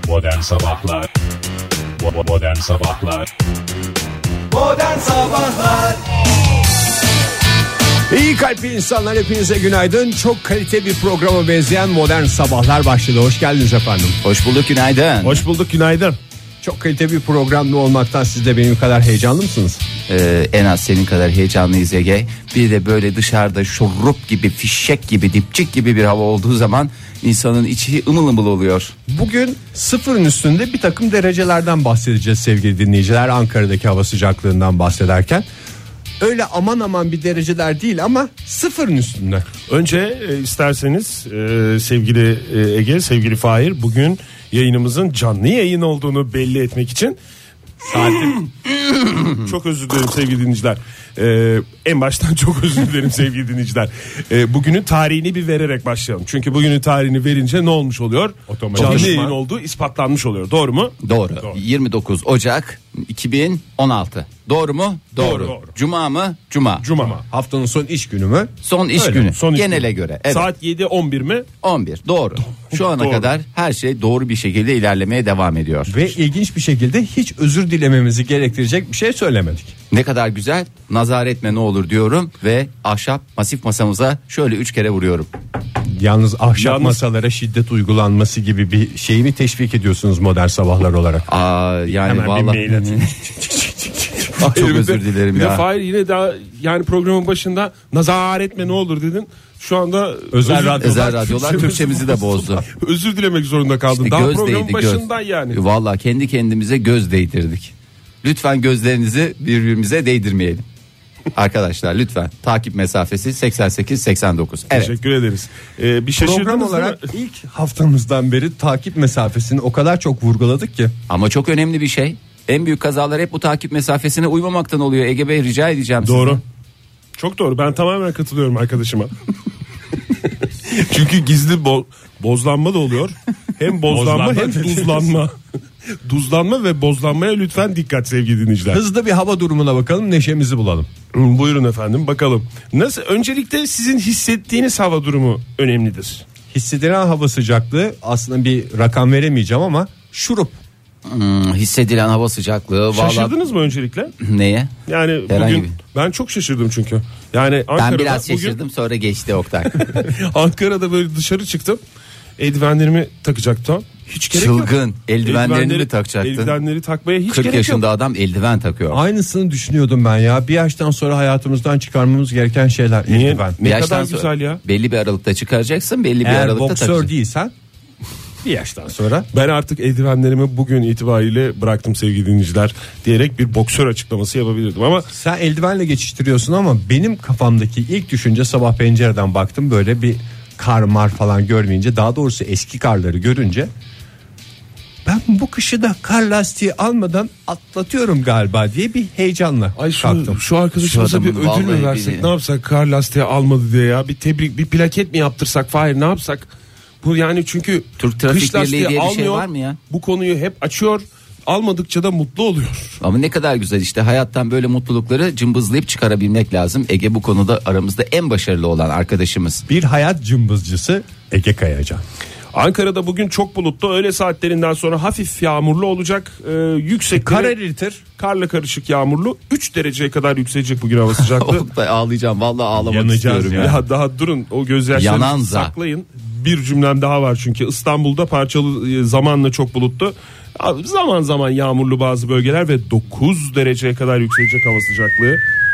Modern Sabahlar. Modern Sabahlar. Modern Sabahlar. İyi kalpli insanlar, hepinize günaydın. Çok kalite bir programa benzeyen Modern Sabahlar başladı. Hoş geldiniz efendim. Hoş bulduk, günaydın. Hoş bulduk, günaydın. Çok kalite bir programda olmaktan siz de benim kadar heyecanlı mısınız? En az senin kadar heyecanlıyız Ege. Bir de böyle dışarıda şurup gibi, fişek gibi, dipçik gibi bir hava olduğu zaman insanın içi ımıl ımıl oluyor. Bugün sıfırın üstünde bir takım derecelerden bahsedeceğiz sevgili dinleyiciler. Ankara'daki hava sıcaklığından bahsederken. Öyle aman aman bir dereceler değil ama sıfırın üstünde. Önce isterseniz sevgili Ege, sevgili Fahir, bugün yayınımızın canlı yayın olduğunu belli etmek için saatim çok özür dilerim sevgili dinleyiciler. En baştan çok özür dilerim sevgili dinleyiciler. Bugünün tarihini bir vererek başlayalım. Çünkü bugünün tarihini verince ne olmuş oluyor? Canlı yayın olduğu ispatlanmış oluyor. Doğru mu? Doğru. 29 Ocak 2016. Doğru mu? Doğru. Cuma mı? Cuma. Haftanın son iş günü mü? Son iş Öyle, günü. son iş Genele günü. göre. Evet. Saat 7:11 mi? 11. Doğru. Şu ana Doğru. kadar her şey doğru bir şekilde ilerlemeye devam ediyor. Ve ilginç bir şekilde hiç özür dilememizi gerektirecek bir şey söylemedik. Ne kadar güzel. Nazar etme ne olur diyorum ve ahşap masif masamıza şöyle 3 kere vuruyorum. Yalnız ahşap masalara şiddet uygulanması gibi bir şeyi mi teşvik ediyorsunuz Modern Sabahlar olarak? Yani Hemen bir vallahi mail atayım. çok özür dilerim Bir ya. de Fahir yine daha yani programın başında nazar etme ne olur dedin. Şu anda Özel radyolar Türkçemizi de bozdu. Özür dilemek zorunda kaldım. İşte Daha göz programın değdi, başından yani. Vallahi kendi kendimize göz değdirdik. Lütfen gözlerinizi birbirimize değdirmeyelim. Arkadaşlar lütfen takip mesafesi 88-89. Evet. Teşekkür ederiz. Bir şaşırdınız Program mı? olarak ilk haftamızdan beri takip mesafesini o kadar çok vurguladık ki. Ama çok önemli bir şey. En büyük kazalar hep bu takip mesafesine uymamaktan oluyor. Ege Bey rica edeceğim Doğru. sizden. Çok doğru. Ben tamamen katılıyorum arkadaşıma. Çünkü gizli bozlanma da oluyor. Hem bozlanma hem tuzlanma. Tuzlanma ve bozlanmaya lütfen dikkat sevgili dinleyiciler. Hızlı bir hava durumuna bakalım, neşemizi bulalım. Buyurun efendim, bakalım. Nasıl? Öncelikle sizin hissettiğiniz hava durumu önemlidir. Hissedilen hava sıcaklığı aslında bir rakam veremeyeceğim ama şurup. Hissedilen hava sıcaklığı. Şaşırdınız mı öncelikle? Neye? Yani Herhangi bugün bir. ben çok şaşırdım çünkü. Yani Ankara'da Ben biraz bugün şaşırdım sonra geçti Oktay. Ankara'da böyle dışarı çıktım. Eldivenlerimi takacaktım. Hiç gerek yok. Çılgın. Eldivenlerini mi takacaktın? Eldivenleri takmaya hiç 40 gerek yaşında yok. adam eldiven takıyor. Aynısını düşünüyordum ben ya. Bir yaştan sonra hayatımızdan çıkarmamız gereken şeyler. Niye? Eldiven. Ne yaştan kadar sonra güzel ya. Belli bir aralıkta çıkaracaksın, belli bir Eğer aralıkta boksör takacaksın. değilsen bir yaştan sonra. Ben artık eldivenlerimi bugün itibariyle bıraktım sevgili dinleyiciler diyerek bir boksör açıklaması yapabilirdim ama Sen eldivenle geçiştiriyorsun ama benim kafamdaki ilk düşünce sabah pencereden baktım, böyle bir kar mar falan görmeyince, daha doğrusu eski karları görünce ben bu kışı da kar lastiği almadan atlatıyorum galiba diye bir heyecanla kalktım. şu arkadaşımıza Şu bir adamın ödül mü vallahi versek, biri. ne yapsak, kar lastiği almadı diye ya, bir tebrik, bir plaket mi yaptırsak, Fahir ne yapsak? Bu yani çünkü Türk Trafik kış Birliği lastiği diye bir şey almıyor, var mı ya? Bu konuyu hep açıyor, almadıkça da mutlu oluyor. Ama ne kadar güzel işte, hayattan böyle mutlulukları cımbızlayıp çıkarabilmek lazım. Ege bu konuda aramızda en başarılı olan arkadaşımız. Bir hayat cımbızcısı Ege Kayacan. Ankara'da bugün çok bulutlu, öğle saatlerinden sonra hafif yağmurlu olacak. Yüksek Kar eritir. karla karışık yağmurlu, 3 dereceye kadar yükselecek bugün hava sıcaklığı. Oktay, ağlayacağım vallahi, ağlamak Yanacağız istiyorum ya. ya. Ya daha durun, o gözyaşlarınızı Yananza. saklayın. Bir cümlem daha var çünkü İstanbul'da parçalı zamanla çok bulutlu. Zaman zaman yağmurlu bazı bölgeler ve 9 dereceye kadar yükselecek hava sıcaklığı.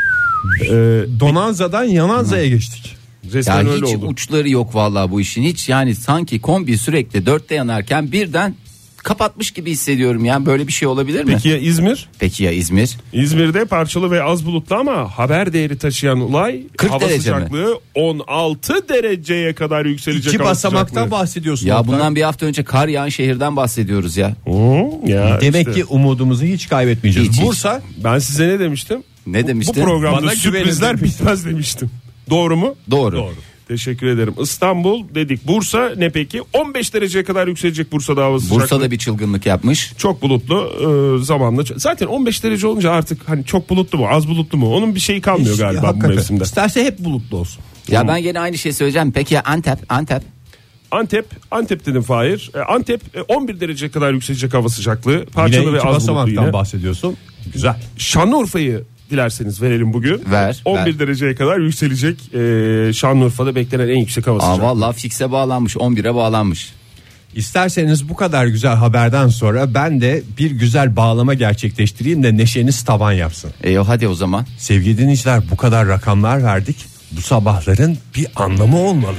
Donanza'dan Yananza'ya geçtik. Resmen Ya öyle hiç oldu. uçları yok vallahi bu işin, hiç yani sanki kombi sürekli 4'te yanarken birden kapatmış gibi hissediyorum ya, böyle bir şey olabilir mi? Peki ya İzmir? Peki ya İzmir? İzmir'de parçalı ve az bulutlu ama haber değeri taşıyan olay 40 hava derece mi? sıcaklığı 16 dereceye kadar yükselecek İki hava basamaktan sıcaklığı. bahsediyorsun. Ya Oktay. bundan bir hafta önce kar yağan şehirden bahsediyoruz ya. Ya Demek işte. ki umudumuzu hiç kaybetmeyeceğiz. Hiç. Bursa Ben size ne demiştim? Ne demiştin? Bu programda Bana sürprizler güvenin bitmez demiştim. Doğru mu? Doğru. Teşekkür ederim. İstanbul dedik. Bursa ne peki? 15 dereceye kadar yükselecek Bursa'da hava sıcaklığı. Bursa'da bir çılgınlık yapmış. Çok bulutlu zamanla. Zaten 15 derece olunca artık hani çok bulutlu mu az bulutlu mu onun bir şeyi kalmıyor hiç- galiba bu hakikaten. mevsimde. İsterse hep bulutlu olsun. Ya ben gene aynı şey söyleyeceğim. Peki ya Antep? Antep dedim Fahir. Antep 11 derece kadar yükselecek hava sıcaklığı. Yine Parçalı ve iki az bulutlu basamaktan yine. bahsediyorsun. Güzel. Şanlıurfa'yı dilerseniz verelim bugün. Ver, 11 ver. dereceye kadar yükselecek. Şanlıurfa'da beklenen en yüksek hava sıcaklığı. Vallahi fikse bağlanmış, 11'e bağlanmış. İsterseniz bu kadar güzel haberden sonra ben de bir güzel bağlama gerçekleştireyim de neşeniz tavan yapsın. Hadi o zaman. Sevgili dinleyiciler, bu kadar rakamlar verdik. Bu sabahların bir anlamı olmalı.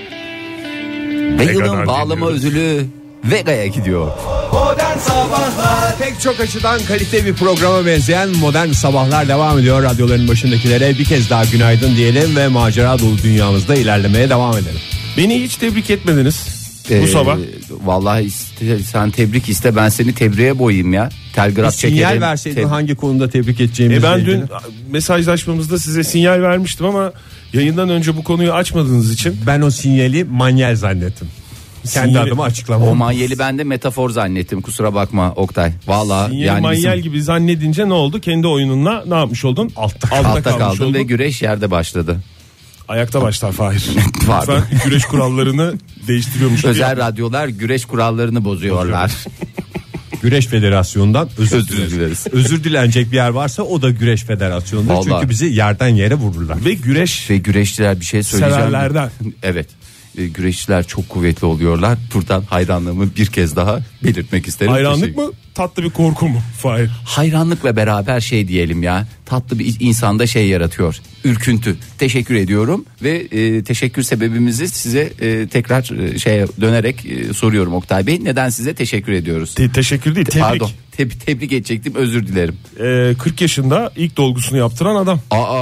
Ve yılın Vega'dan bağlama dinliyoruz. ödülü Vega'ya gidiyor. Modern Sabahlar. Pek çok açıdan kalite bir programa benzeyen Modern Sabahlar devam ediyor. Radyoların başındakilere bir kez daha günaydın diyelim ve macera dolu dünyamızda ilerlemeye devam edelim. Beni hiç tebrik etmediniz bu sabah. Vallahi sen tebrik iste, ben seni tebriğe boyayım ya. Telgraf Sinyal çekelim. verseydin hangi konuda tebrik edeceğimizi. Ben dün mesajlaşmamızda size sinyal vermiştim ama yayından önce bu konuyu açmadığınız için Ben o sinyali manyel zannettim. Kendi Sinyali- adıma açıklamam. O manyeli ben de metafor zannettim, kusura bakma Oktay. Vallahi sinyal yani manyel bizim gibi zannedince ne oldu? Kendi oyununla ne yapmış oldun? Altta altta kalmış kaldım oldun. ve güreş yerde başladı. Ayakta başlar Fahir. Pardon. Lütfen güreş kurallarını değiştiriyormuş gibi. Özel radyolar güreş kurallarını bozuyorlar. Güreş Federasyonu'ndan özür Özür dileriz. dileriz. Özür dilenecek bir yer varsa o da Güreş Federasyonu'dur. Vallahi. Çünkü bizi yerden yere vururlar. Ve güreş Ve güreşçiler, bir şey söyleyeceğim. severlerden. Evet. Güreşçiler çok kuvvetli oluyorlar. Buradan hayranlığımı bir kez daha belirtmek isterim. Hayranlık Teşekkür- mı? Tatlı bir korku mu? Fahir. Hayranlıkla beraber şey diyelim ya. Tatlı bir insanda şey yaratıyor. Ürküntü. Teşekkür ediyorum ve teşekkür sebebimizi size tekrar şeye dönerek soruyorum Oktay Bey. Neden size teşekkür ediyoruz? Teşekkür değil, tebrik. Pardon. Tebrik edecektim, özür dilerim. 40 yaşında ilk dolgusunu yaptıran adam.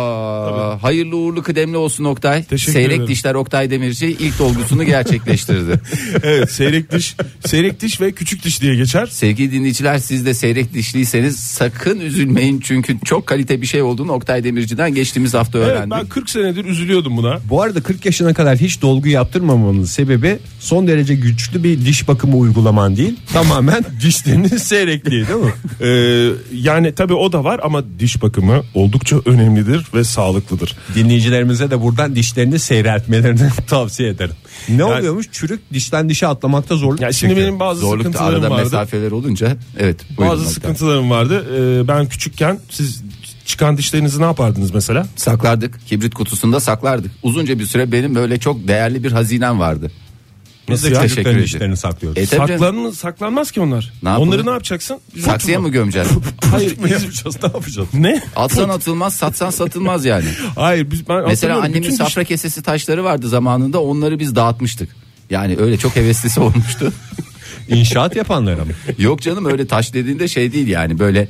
Hayırlı uğurlu kıdemli olsun Oktay. Teşekkür Seyrek ederim. dişler Oktay Demirci ilk dolgusunu gerçekleştirdi. Evet, seyrek diş ve küçük diş diye geçer. Sevgili dinleyiciler, siz de seyrek dişliyseniz sakın üzülmeyin. Çünkü çok kalite bir şey olduğunu Oktay Demirci'den geçtiğimiz hafta Evet, öğrendik. ben 40 senedir üzülüyordum buna. Bu arada 40 yaşına kadar hiç dolgu yaptırmamanın sebebi son derece güçlü bir diş bakımı uygulaman değil. Tamamen dişlerinin seyrekliği değil mi? Yani tabii o da var ama diş bakımı oldukça önemlidir ve sağlıklıdır. Dinleyicilerimize de buradan dişlerini seyreltmelerini tavsiye ederim. Ne oluyormuş? Çürük dişten dişe atlamakta zorluk. Yani şimdi çekiyor. benim bazı Zorlukta sıkıntılarım arada vardı. mesafeler olunca evet. buyurun Bazı Oktay. sıkıntılarım vardı. Ben küçükken siz çıkan dişlerinizi ne yapardınız mesela? Saklardık, kibrit kutusunda saklardık. Uzunca bir süre benim böyle çok değerli bir hazinem vardı. Biz de Teşekkür çocukların ederim. dişlerini saklıyoruz. Tabii canım. Saklanmaz ki onlar. Ne yapalım? Onları ne yapacaksın? Saksıya mı gömeceksin? Hayır, Ne yapacağız? Ne yapacağız? ne? Atsan atılmaz, satsan satılmaz yani. Hayır, ben Mesela hatırlıyorum, annemin bütün safra kesesi taşları vardı zamanında, onları biz dağıtmıştık. Yani öyle çok heveslisi olmuştu. İnşaat yapanlara mı? Yok canım, öyle taş dediğinde şey değil yani, böyle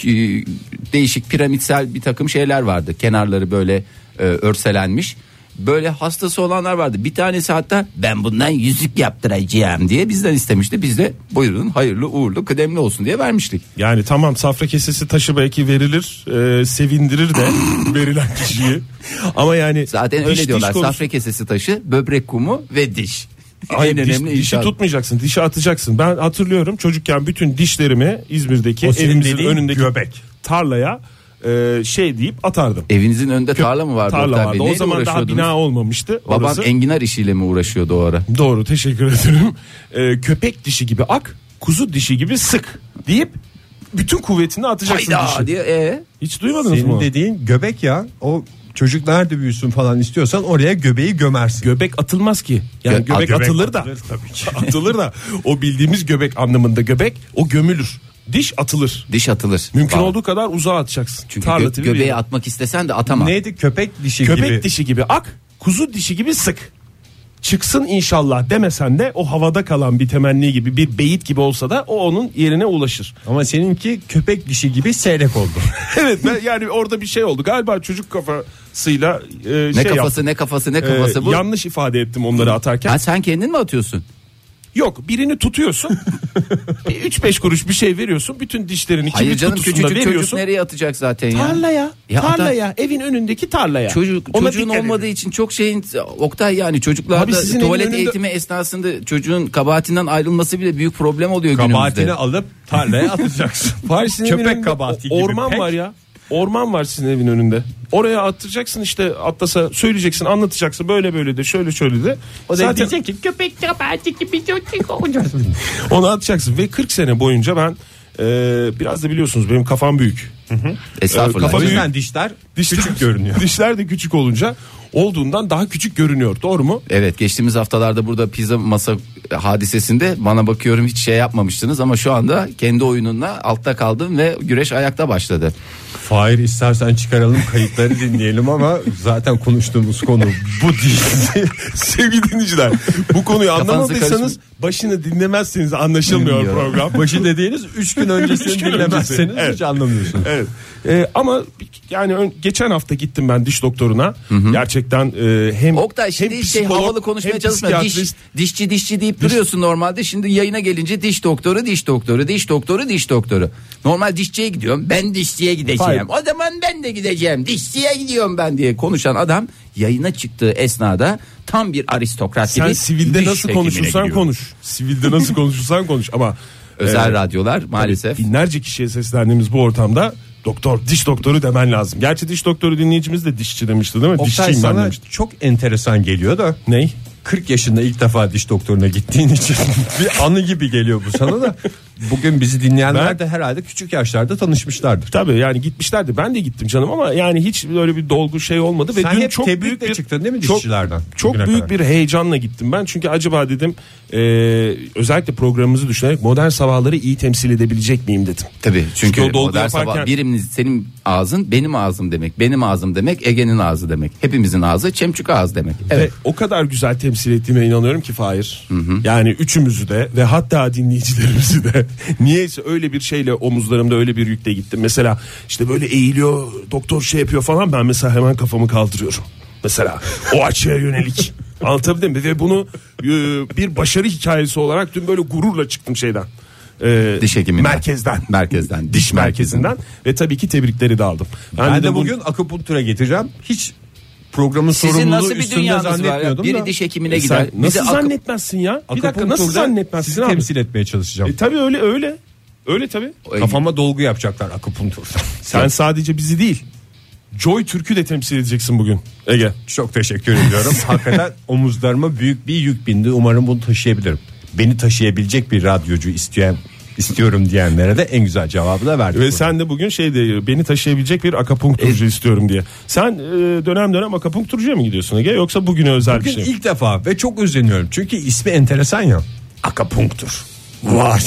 değişik piramitsel bir takım şeyler vardı. Kenarları böyle örselenmiş. Böyle hastası olanlar vardı. Bir tanesi hatta ben bundan yüzük yaptıracağım diye bizden istemişti. Biz de buyurun hayırlı uğurlu kıdemli olsun diye vermiştik. Yani tamam, safra kesesi taşı belki verilir, sevindirir de verilen kişiyi. Ama yani Zaten diş öyle diyorlar, konusu- safra kesesi taşı, böbrek kumu ve diş. Hayır, En dişi önemli inşaat. tutmayacaksın, dişi atacaksın. Ben hatırlıyorum çocukken bütün dişlerimi İzmir'deki O senin evimizin dediğin önündeki göbek. tarlaya şey deyip atardım. Evinizin önünde tarla mı vardı? Tarla Oktay Bey? vardı. O Neyle zaman daha uğraşıyordunuz? bina olmamıştı. Babam orası. enginar işiyle mi uğraşıyordu o ara? Doğru, teşekkür ederim. Köpek dişi gibi ak, kuzu dişi gibi sık deyip bütün kuvvetini atacaksın Hayda dişi. diye. Hiç duymadınız Senin mı? dediğin göbek ya. O çocuk nerede büyüsün falan istiyorsan oraya göbeği gömersin. Göbek atılmaz ki. Yani Gö- göbek göbek atılır da. atılır tabii ki. Atılır da o bildiğimiz göbek anlamında göbek, o gömülür. Diş atılır. Diş atılır. Mümkün Bak, olduğu kadar uzağa atacaksın. çünkü Tarla tipi bir göbeği yer. atmak istesen de atamam. Neydi? Köpek dişi Köpek gibi. dişi gibi ak, kuzu dişi gibi sık. Çıksın inşallah demesen de o havada kalan bir temenni gibi, bir beyit gibi olsa da o onun yerine ulaşır. Ama seninki köpek dişi gibi seyrek oldu. Evet, yani orada bir şey oldu. Galiba çocuk kafasıyla Ne şey kafası yaptım. ne kafası ne kafası bu. Yanlış ifade ettim onları atarken. Ha, sen kendin mi atıyorsun? Yok, birini tutuyorsun. 3-5 kuruş bir şey veriyorsun. Bütün dişlerini Hayır kibrit canım, kutusunda küçücük çocuk veriyorsun. nereye atacak zaten ya? Tarlaya. Ya tarlaya. Evin önündeki tarlaya. Ona Çocuğun dikkat olmadığı edin. için çok şeyin Oktay, yani çocuklarda Abi sizin tuvalet evin önünde- eğitimi esnasında çocuğun kabahatinden ayrılması bile büyük problem oluyor günümüzde. Kabahatini alıp tarlaya atacaksın. Paris'in evin Köpek önünde kabahati gibi. orman Pek. var ya. orman var sizin evin önünde. Oraya attıracaksın işte, Atlas'a söyleyeceksin, anlatacaksın böyle böyle de şöyle şöyle de. O da Zaten diyecek ki köpek olacaksın. onu atacaksın ve 40 sene boyunca ben biraz da biliyorsunuz benim kafam büyük. Estağfurullah. Kafa O büyük. yüzden dişler küçük görünüyor. Dişler de küçük olunca olduğundan daha küçük görünüyor. Doğru mu? Evet, geçtiğimiz haftalarda burada pizza masa hadisesinde bana bakıyorum hiç şey yapmamıştınız ama şu anda kendi oyununla altta kaldım ve güreş ayakta başladı. Fahir, istersen çıkaralım kayıtları dinleyelim ama zaten konuştuğumuz konu bu değil. Sevgili dinleyiciler, bu konuyu Kafanızı anlamadıysanız başını dinlemezseniz anlaşılmıyor Bilmiyorum. program. Başı dediğiniz 3 gün öncesini 3 gün dinlemezseniz öncesi, evet. hiç anlamıyorsunuz. Evet. Ama yani geçen hafta gittim ben diş doktoruna. Gerçekten hem Oktay şimdi hem hiç şey psikolog, havalı konuşmaya hem çalışma. psikiyatrist. Dişçi deyip duruyorsun normalde. Şimdi yayına gelince diş doktoru. Normal dişçiye gidiyorum. Ben dişçiye gideceğim. Hayır. O zaman ben de gideceğim. Dişçiye gidiyorum ben diye konuşan adam yayına çıktığı esnada tam bir aristokrat Sen gibi sivilde diş nasıl hekimine konuşursan gidiyor. konuş. Sivilde nasıl konuşursan konuş ama Özel radyolar maalesef. binlerce kişiye seslendiğimiz bu ortamda diş doktoru demen lazım. Gerçi diş doktoru dinleyicimiz de dişçi demişti değil mi? Oktay, Dişçiyim ben sana demişti. çok enteresan geliyor da Ney? 40 yaşında ilk defa diş doktoruna gittiğin için bir anı gibi geliyor bu sana da. Bugün bizi dinleyenler de herhalde küçük yaşlarda tanışmışlardır. Tabii yani gitmişlerdi. Ben de gittim canım ama yani hiç böyle bir dolgu şey olmadı. Ve Sen dün hep çok tebrikle büyük bir çıktın değil mi çok- dişçilerden? Çok bugüne büyük kadar? bir heyecanla gittim ben. Çünkü acaba dedim özellikle programımızı düşünerek modern sabahları iyi temsil edebilecek miyim dedim. Tabii çünkü o dolgu modern sabah yaparken- birimiz senin ağzın benim ağzım demek. Benim ağzım demek Ege'nin ağzı demek. Hepimizin ağzı Çemçük ağız demek. Evet. Ve o kadar güzel temsil ettiğime inanıyorum ki Fahir. Yani üçümüzü de ve hatta dinleyicilerimizi de niyeyse öyle bir şeyle omuzlarımda öyle bir yükle gittim. Mesela işte böyle eğiliyor, doktor şey yapıyor falan, ben mesela hemen kafamı kaldırıyorum. Mesela o açıya yönelik. Anlatabildim mi? Ve bunu bir başarı hikayesi olarak dün böyle gururla çıktım şeyden. Diş hekiminden. Merkezden. Diş Diş merkezinden. Ve tabii ki tebrikleri de aldım. Ben de bunu- bugün akupunktura getireceğim. Hiç programın Sizin sorumluluğu nasıl bir üstünde dünyanız var ya? zannetmiyordum Biri da. diş hekimine Sen gider. nasıl Bizi zannetmezsin ya? Bir dakika, nasıl Akupunkturda zannetmezsin sizi abi? temsil etmeye çalışacağım. Tabii öyle. Öyle tabii. Kafama dolgu yapacaklar akupunkturda. Sen sadece bizi değil, Joy Türk'ü de temsil edeceksin bugün Ege. Çok teşekkür ediyorum. Hakikaten omuzlarıma büyük bir yük bindi. Umarım bunu taşıyabilirim. Beni taşıyabilecek bir radyocu istiyorum diyenlere de en güzel cevabı da verdim. Ve sen de bugün beni taşıyabilecek bir akupunkturcu istiyorum diye. Sen dönem dönem akupunkturcuya mı gidiyorsun Ege, yoksa bugüne özel Bugün bir şey? ilk defa ve çok özeniyorum. Çünkü ismi enteresan ya. Akupunktur. Var.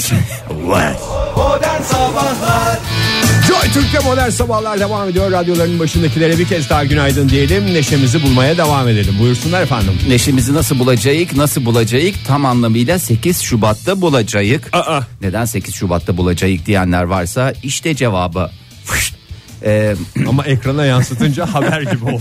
Modern Sabahlar Joy Türk'te modern sabahlar devam ediyor. Radyoların başındakilere bir kez daha günaydın diyelim. Neşemizi bulmaya devam edelim. Buyursunlar efendim. Neşemizi nasıl bulacağız? Tam anlamıyla 8 Şubat'ta bulacağız. Aa. Neden 8 Şubat'ta bulacağız diyenler varsa işte cevabı. Ama ekrana yansıtınca haber gibi oldu.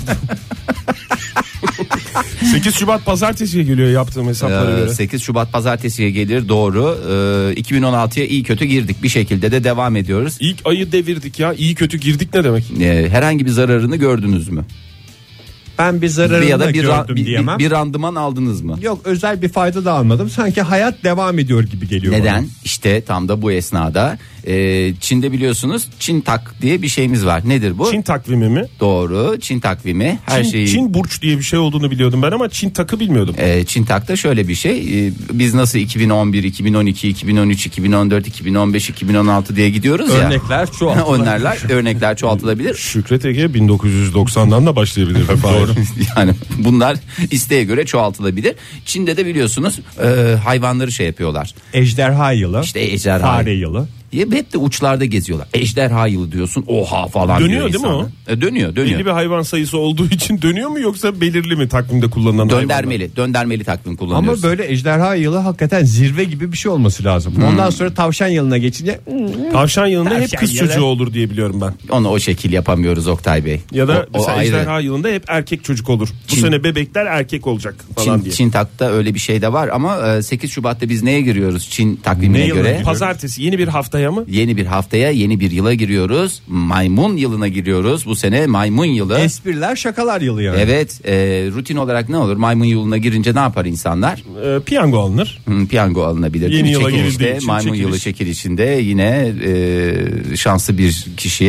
8 Şubat pazartesiye geliyor yaptığım hesaplara göre. 8 Şubat pazartesiye gelir, doğru. 2016'ya iyi kötü girdik, bir şekilde de devam ediyoruz. İlk ayı devirdik ya. İyi kötü girdik ne demek? Herhangi bir zararını gördünüz mü? Ben bir zararını Ya da da gördüm diyemem. bir randıman aldınız mı? Yok, özel bir fayda da almadım. Sanki hayat devam ediyor gibi geliyor Neden? bana. İşte tam da bu esnada Çin'de biliyorsunuz Çin tak diye bir şeyimiz var. Nedir bu? Çin takvimi mi? Doğru, Çin takvimi. Her şeyi Çin burç diye bir şey olduğunu biliyordum ben ama Çin takı bilmiyordum. Çin takta şöyle bir şey. Biz nasıl 2011, 2012, 2013, 2014, 2015, 2016 diye gidiyoruz ya. Örnekler çoğaltılabilir. Örnekler çoğaltılabilir. Şükret Ege 1990'dan da başlayabilir. Doğru. Yani bunlar isteğe göre çoğaltılabilir. Çin'de de biliyorsunuz hayvanları şey yapıyorlar. Ejderha yılı. İşte ejderha. Fare yılı. Hep de uçlarda geziyorlar. Ejderha yılı diyorsun, oha falan Dönüyor diyor değil mi insanlar. Dönüyor. Belli bir hayvan sayısı olduğu için dönüyor mu, yoksa belirli mi takvimde kullanılan hayvanlar? Döndermeli takvim kullanıyoruz. Ama böyle ejderha yılı hakikaten zirve gibi bir şey olması lazım. Ondan sonra tavşan yılına geçince Tavşan yılında hep Tavşan kız yılı. çocuğu olur diye biliyorum ben. Onu o şekil yapamıyoruz Oktay Bey. Ya da o mesela ayrı. ejderha yılında hep erkek çocuk olur. Bu Çin- sene bebekler erkek olacak falan diye. Çin takta öyle bir şey de var ama 8 Şubat'ta biz neye giriyoruz Çin takvimine Ne yılına göre? giriyoruz? Pazartesi yeni bir haftaya mı? Yeni bir haftaya, yeni bir yıla giriyoruz. Maymun yılına giriyoruz. Bu sene maymun yılı. espriler şakalar yılı yani. Evet, rutin olarak ne olur? Maymun yılına girince ne yapar insanlar? Piyango alınır. Piyango alınabilir. Yeni yıla Çekilişte, girildiği için maymun çekiliş. yılı çekilişinde yine şanslı bir kişiye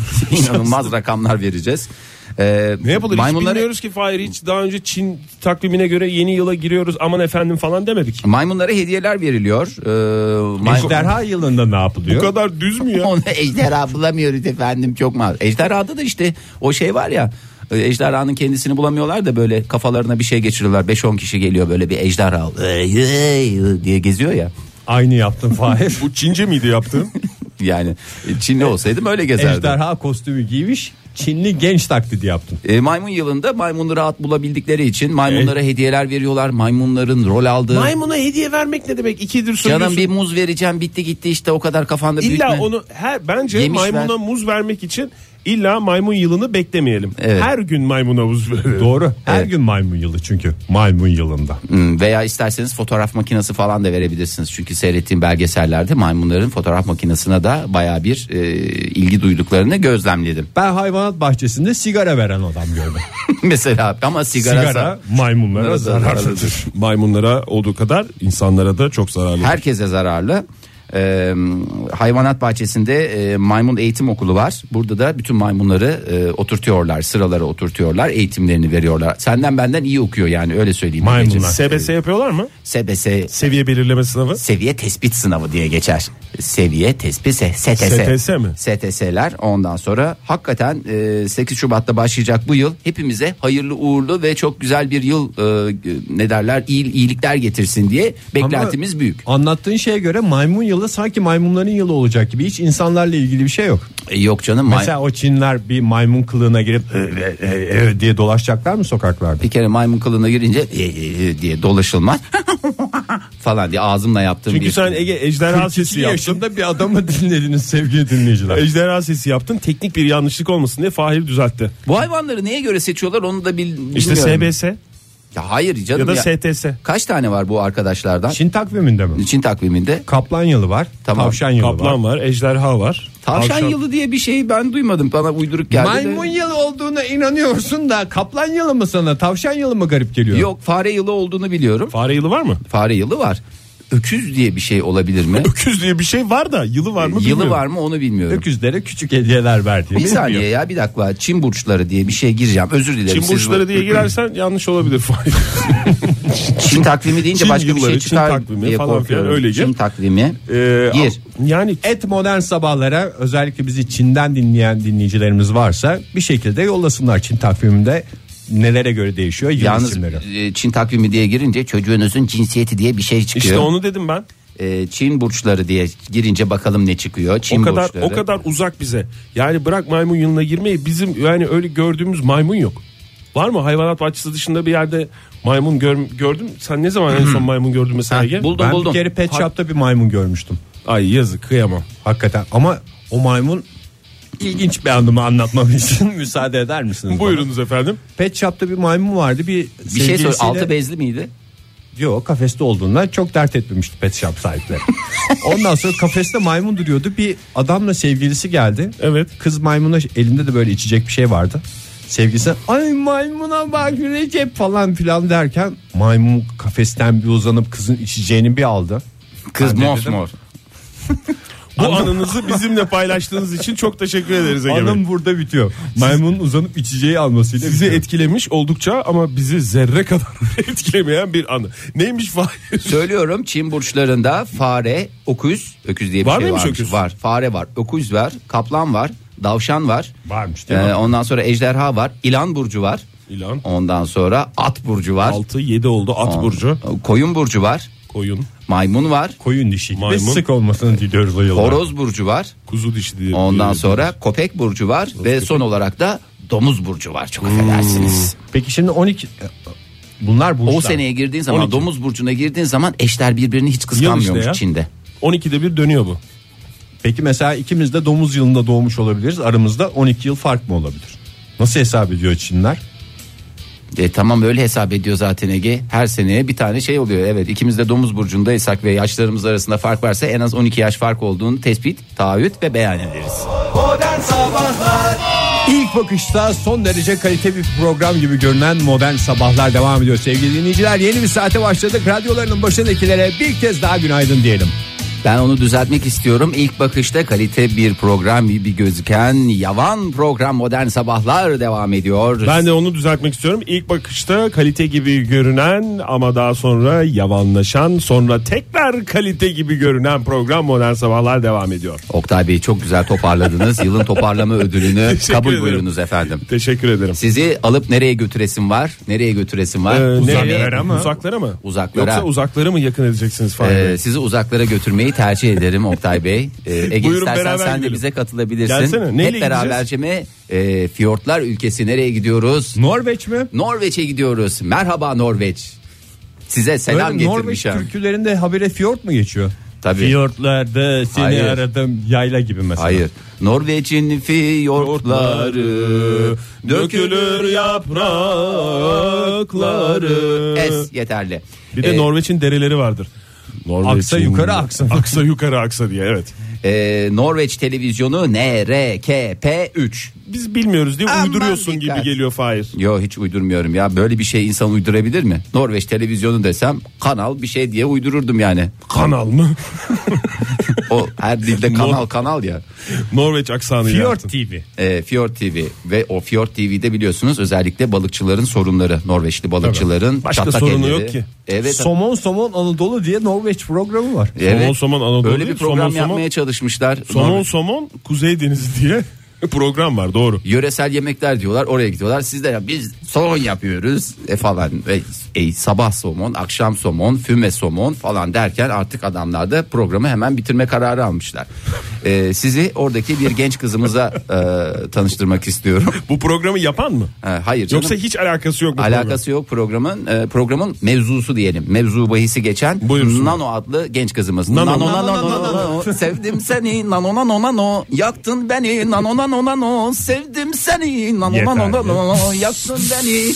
İnanılmaz rakamlar vereceğiz. Ne yapılır maymunları- hiç bilmiyoruz ki Fahir. Hiç daha önce Çin takvimine göre yeni yıla giriyoruz aman efendim falan demedik. Maymunlara hediyeler veriliyor. Ejderha yılında ne yapılıyor? Bu kadar düz mü ya? Onu ejderha bulamıyoruz efendim, çok mal. Ejderhada da işte o şey var ya, ejderhanın kendisini bulamıyorlar da böyle kafalarına bir şey geçiriyorlar. 5-10 kişi geliyor, böyle bir ejderha diye geziyor ya. Aynı yaptın Fahir. Bu Çince miydi yaptığın? Yani Çinli olsaydım öyle gezerdim. Ejderha kostümü giymiş, Çinli genç taklidi yaptın. Maymun yılında maymunu rahat bulabildikleri için maymunlara hediyeler veriyorlar. Maymunların rol aldığı. Maymuna hediye vermek ne demek? İkidir söylüyorsun. Canım bir muz vereceğim, bitti gitti işte, o kadar kafanda büyütme. İlla onu bence Yemiş maymuna ver. muz vermek için illa maymun yılını beklemeyelim. Evet. Her gün maymuna muz verelim. Doğru. Her Evet. gün maymun yılı çünkü. Maymun yılında. Veya isterseniz fotoğraf makinesi falan da verebilirsiniz. Çünkü seyrettiğim belgesellerde maymunların fotoğraf makinesine de baya bir ilgi duyduklarını gözlemledim. Ben hayvanat bahçesinde sigara veren adam gördüm. Mesela ama Sigara maymunlara zararlıdır. Maymunlara olduğu kadar insanlara da çok zararlı. herkese zararlı. Hayvanat bahçesinde maymun eğitim okulu var. Burada da bütün maymunları oturtuyorlar, sıralara oturtuyorlar, eğitimlerini veriyorlar. Senden benden iyi okuyor yani, öyle söyleyeyim. Maymunlar. SBS yapıyorlar mı? SBS Seviye belirleme sınavı. seviye tespit sınavı diye geçer. Seviye tespit STS. STS mi? STS'ler. Ondan sonra hakikaten 8 Şubat'ta başlayacak bu yıl hepimize hayırlı uğurlu ve çok güzel bir yıl, ne derler, iyilikler getirsin diye beklentimiz Ama büyük. Anlattığın şeye göre maymun yılı sanki maymunların yılı olacak gibi. Hiç insanlarla ilgili bir şey yok. Yok canım. Mesela o Çinler bir maymun kılığına girip diye dolaşacaklar mı sokaklarda? Bir kere maymun kılığına girince diye dolaşılmaz falan diye ağzımla yaptığım Çünkü bir sen Ege ejderha sesi 42 yaptın. yaşında bir adamı dinlediniz sevgili dinleyiciler. Ejderha sesi yaptın. Teknik bir yanlışlık olmasın diye Fahir düzeltti. Bu hayvanları neye göre seçiyorlar onu da bilmiyorum. İşte SBS Ya hayır canım ya da ya. STS. Kaç tane var bu arkadaşlardan? Çin takviminde mi? Çin takviminde. Kaplan yılı var. Tamam. Tavşan yılı Kaplan var. var, ejderha var. Tavşan yılı diye bir şeyi ben duymadım. Bana uyduruk geldi. Maymun de. yılı olduğuna inanıyorsun da kaplan yılı mı sana, tavşan yılı mı garip geliyor? Yok, fare yılı olduğunu biliyorum. Fare yılı var mı? Fare yılı var. Öküz diye bir şey olabilir mi? Öküz diye bir şey var da yılı var mı Yılı bilmiyorum. var mı onu bilmiyorum. Öküzlere küçük hediyeler verdiğini Bir saniye biliyor. ya, bir dakika. Çin burçları diye bir şey gireceğim. Özür dilerim. Çin burçları diye girersen yanlış olabilir Fahir. Çin takvimi deyince Çin başka bir yılları, şey Çin çıkar takvimi diye falan filan, korkuyorum. öyle gir. Çin takvimi. Gir. Yani Et modern sabahlara, özellikle bizi Çin'den dinleyen dinleyicilerimiz varsa bir şekilde yollasınlar. Çin takviminde nelere göre değişiyor yıl Yalnız isimleri. Çin takvimi diye girince çocuğunuzun cinsiyeti diye bir şey çıkıyor. işte onu dedim ben. Çin burçları diye girince bakalım ne çıkıyor. Çin burçları. O kadar uzak bize. Yani bırak maymun yılına girmeyi, bizim yani öyle gördüğümüz maymun yok. Var mı hayvanat bahçesi dışında bir yerde maymun gördün? Sen ne zaman en son maymun gördün mesela Ege? buldum Ben buldum. bir kere Pet Shop'ta bir maymun görmüştüm. Ay yazık, kıyamam. Hakikaten ama o maymun ilginç bir anımı anlatmam için müsaade eder misiniz? Buyurunuz efendim. Pet Shop'ta bir maymun vardı. Bir şey sor. sevgilisiyle- Altı bezli miydi? Yok, kafeste olduğundan çok dert etmemişti Pet Shop sahipleri. Ondan sonra kafeste maymun duruyordu. Bir adamla sevgilisi geldi. Evet. Kız maymuna, elinde de böyle içecek bir şey vardı. Sevgilisi ay maymuna bak Recep falan filan derken maymun kafesten bir uzanıp kızın içeceğini bir aldı. Kız Ben de dedim, mosmor. Bu anınızı bizimle paylaştığınız için çok teşekkür ederiz Ege Bey. Anım burada bitiyor. Maymunun uzanıp içeceği almasıyla Sizi bitiyor. etkilemiş oldukça ama bizi zerre kadar etkilemeyen bir anı. Neymiş Fahir? Söylüyorum, Çin burçlarında fare, öküz diye bir Var şey mıymış varmış. öküz? Var. Fare var, öküz var, kaplan var, davşan var. Varmış değil mi? Ondan sonra ejderha var, İlan burcu var. İlan. Ondan sonra at burcu var. 6-7 oldu at burcu. Koyun burcu var. Koyun. Maymun var. Koyun dişi gibi Maymun. sık olmasını diliyoruz o yıllar. Horoz burcu var. Kuzu dişi diye. Ondan sonra köpek burcu var ve son olarak da domuz burcu var. Çok affedersiniz. Peki şimdi 12 bunlar burçlar. O seneye girdiğin zaman 12. domuz burcuna girdiğin zaman eşler birbirini hiç kıskanmıyormuş ya. Çin'de. 12'de bir dönüyor bu. Peki mesela ikimiz de domuz yılında doğmuş olabiliriz. Aramızda 12 yıl fark mı olabilir? Nasıl hesap ediyor Çinler? Tamam, öyle hesap ediyor zaten Ege. Her seneye bir tane şey oluyor. Evet, ikimiz de domuz burcundaysak ve yaşlarımız arasında fark varsa en az 12 yaş fark olduğunu tespit, taahhüt ve beyan ederiz. Modern Sabahlar İlk bakışta son derece kaliteli bir program gibi görünen Modern Sabahlar devam ediyor sevgili dinleyiciler. Yeni bir saate başladık. Radyolarının başındakilere bir kez daha günaydın diyelim. Ben onu düzeltmek istiyorum. İlk bakışta kalite bir program gibi gözüken yavan program Modern Sabahlar devam ediyor. Ben de onu düzeltmek istiyorum. İlk bakışta kalite gibi görünen ama daha sonra yavanlaşan, sonra tekrar kalite gibi görünen program Modern Sabahlar devam ediyor. Oktay Bey çok güzel toparladınız. Yılın toparlama ödülünü Teşekkür kabul ederim. buyurunuz efendim. Teşekkür ederim. Sizi alıp nereye götüresim var? Nereye götüresim var? Uzaklara mı? Uzaklara mı? Uzaklara. Yoksa uzakları mı yakın edeceksiniz Fahir? Sizi uzaklara götürmeyi tercih ederim Oktay Bey. Ege, Buyurun, istersen beraber sen de gidelim. bize katılabilirsin. Gelsene, neyle Hep beraberce mi? Fiyortlar ülkesi nereye gidiyoruz? Norveç mi? Norveç'e gidiyoruz. Merhaba Norveç. Size selam Öyle Norveç getirmişim. türkülerinde habire fiyort mu geçiyor? Tabii. Fiyortlarda seni Hayır. aradım yayla gibi mesela. Hayır. Norveç'in fiyortları Dökülür yaprakları. Es yeterli. Bir de Norveç'in dereleri vardır. Norveç'in... Aksa yukarı, aksa. Aksa yukarı aksa diye, evet. Norveç televizyonu NRKP3. Biz bilmiyoruz diye Aman uyduruyorsun dikkat. gibi geliyor Fahir. Yo, hiç uydurmuyorum ya. Böyle bir şey insan uydurabilir mi? Norveç televizyonu desem kanal bir şey diye uydururdum yani. Kanal mı? O her dilde kanal ya. Norveç aksanı Fiyort yaptın. TV. Fjord TV ve o Fjord TV'de biliyorsunuz özellikle balıkçıların sorunları. Norveçli balıkçıların Başka çatlak sorunu elleri. yok ki. Evet. Somon Anadolu diye Norveç programı var. Evet. Somon Anadolu Öyle bir değil, program somon yapmaya çalışmışlar. Somon Kuzey Denizi diye program var, doğru. Yöresel yemekler diyorlar, oraya gidiyorlar. Siz de ya biz somon yapıyoruz falan. Sabah somon, akşam somon, füme somon falan derken artık adamlar da programı hemen bitirme kararı almışlar. Sizi oradaki bir genç kızımıza tanıştırmak istiyorum. Bu programı yapan mı? Hayır canım. Yoksa hiç alakası yok mu? Alakası yok programın mevzusu diyelim. Mevzu bahisi geçen Buyursun. Nano adlı genç kızımız. Nano. Sevdim seni nano yaktın beni nano sevdim seni nano yaktın beni.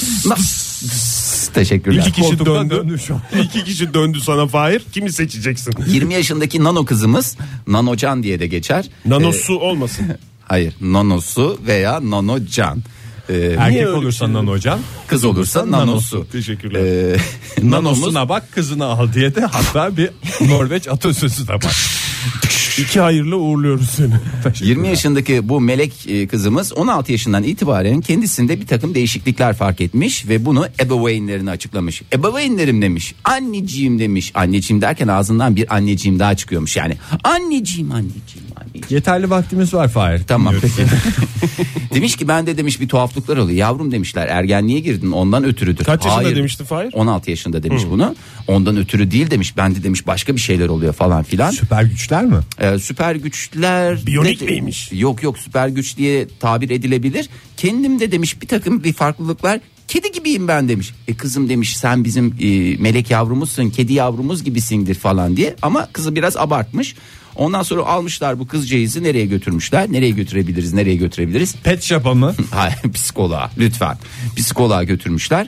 Teşekkürler. İki kişi Koltuktan döndü. döndü şu an. 2 kişi döndü sana Fahir. Kimi seçeceksin? 20 yaşındaki nano kızımız Nanocan diye de geçer. Nanosu olmasın. Hayır, nanosu veya nanocan. Erkek öyle olursa bir şey? nanocan, Kız olursa nanosu. Teşekkürler. nanosuna bak kızını al diye de hatta bir Norveç atasözü de var. 2 hayırlı uğurluyoruz seni. 20 yaşındaki bu melek kızımız 16 yaşından itibaren kendisinde bir takım değişiklikler fark etmiş ve bunu ebeveynlerine açıklamış. Ebeveynlerim demiş, anneciğim demiş. Anneciğim derken ağzından bir anneciğim daha çıkıyormuş yani. Anneciğim. Yeterli vaktimiz var Fahir. Tamam peki. Demiş ki ben de demiş bir tuhaflıklar oluyor. Yavrum demişler ergenliğe girdin ondan ötürüdür. Kaç yaşında Hayır, demişti Fahir? 16 yaşında demiş bunu. Ondan ötürü değil demiş. Ben de demiş başka bir şeyler oluyor falan filan. Süper güçler mi? Süper güçler Biyonik miymiş? Yok süper güç diye tabir edilebilir. Kendimde demiş bir takım bir farklılıklar. Kedi gibiyim ben demiş. Kızım demiş sen bizim melek yavrumuzsun, kedi yavrumuz gibisindir falan diye. Ama kızı biraz abartmış. Ondan sonra almışlar bu kızcağızı nereye götürmüşler? Nereye götürebiliriz? Pet shop'a mı? Hayır, psikoloğa lütfen. Psikoloğa götürmüşler.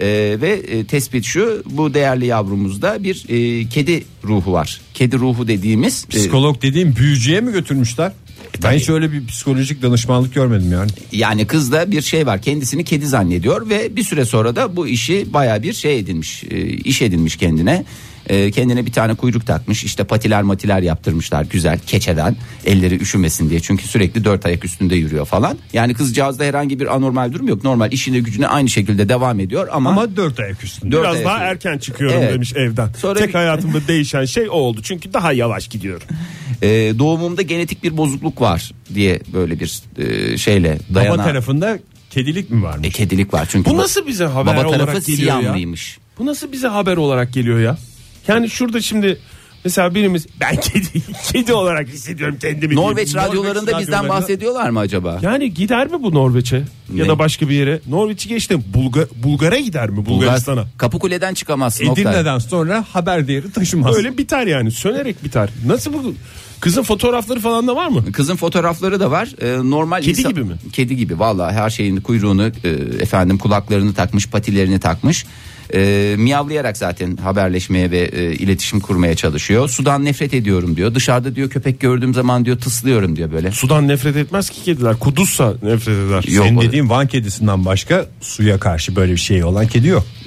Ve tespit şu, bu değerli yavrumuzda bir kedi ruhu var. Kedi ruhu dediğimiz Psikolog dediğim büyücüye mi götürmüşler? Ben hiç öyle bir psikolojik danışmanlık görmedim yani. yani kızda bir şey var, kendisini kedi zannediyor ve bir süre sonra da bu işi baya bir şey edinmiş, iş edinmiş kendine. Kendine bir tane kuyruk takmış, işte patiler yaptırmışlar güzel keçeden, elleri üşümesin diye, çünkü sürekli 4 ayak üstünde yürüyor falan. Yani kızcağızda herhangi bir anormal durum yok, normal işine gücüne aynı şekilde devam ediyor ama 4 ayak üstünde. Dört Biraz ayak daha üstünde. erken çıkıyorum Evet. demiş evden. Sonra Tek bir- hayatımda değişen şey o oldu. Çünkü daha yavaş gidiyorum. doğumumda genetik bir bozukluk var diye böyle bir şeyle dayanan. Baba tarafında kedilik mi varmış? Kedilik var çünkü. Bu nasıl bize haber baba tarafı olarak geliyor ya? Siyamlıymış. Bu nasıl bize haber olarak geliyor ya? Yani şurada şimdi mesela birimiz ben kedi olarak hissediyorum kendimi. Norveç diye. radyolarında bizden radyolarında- bahsediyorlar mı acaba? Yani gider mi bu Norveç'e ya Ne? da başka bir yere? Norveç'i geçtim. Bulgar'a gider mi, Bulgaristan'a? Kapıkule'den çıkamazsın. Oktay. Edirne'den sonra haber değeri taşımaz. Öyle biter yani, sönerek biter. Nasıl bu? Kızın fotoğrafları falan da var mı? Kızın fotoğrafları da var. Normal Kedi gibi mi? Kedi gibi vallahi, her şeyin kuyruğunu, kulaklarını takmış, patilerini takmış. Miyavlayarak zaten haberleşmeye ve iletişim kurmaya çalışıyor. Sudan nefret ediyorum diyor. Dışarıda diyor köpek gördüğüm zaman diyor tıslıyorum diyor böyle. Sudan nefret etmez ki kediler. Kuduzsa nefret eder. Yok, Senin o- dediğin Van kedisinden başka suya karşı böyle bir şey olan kedi yok.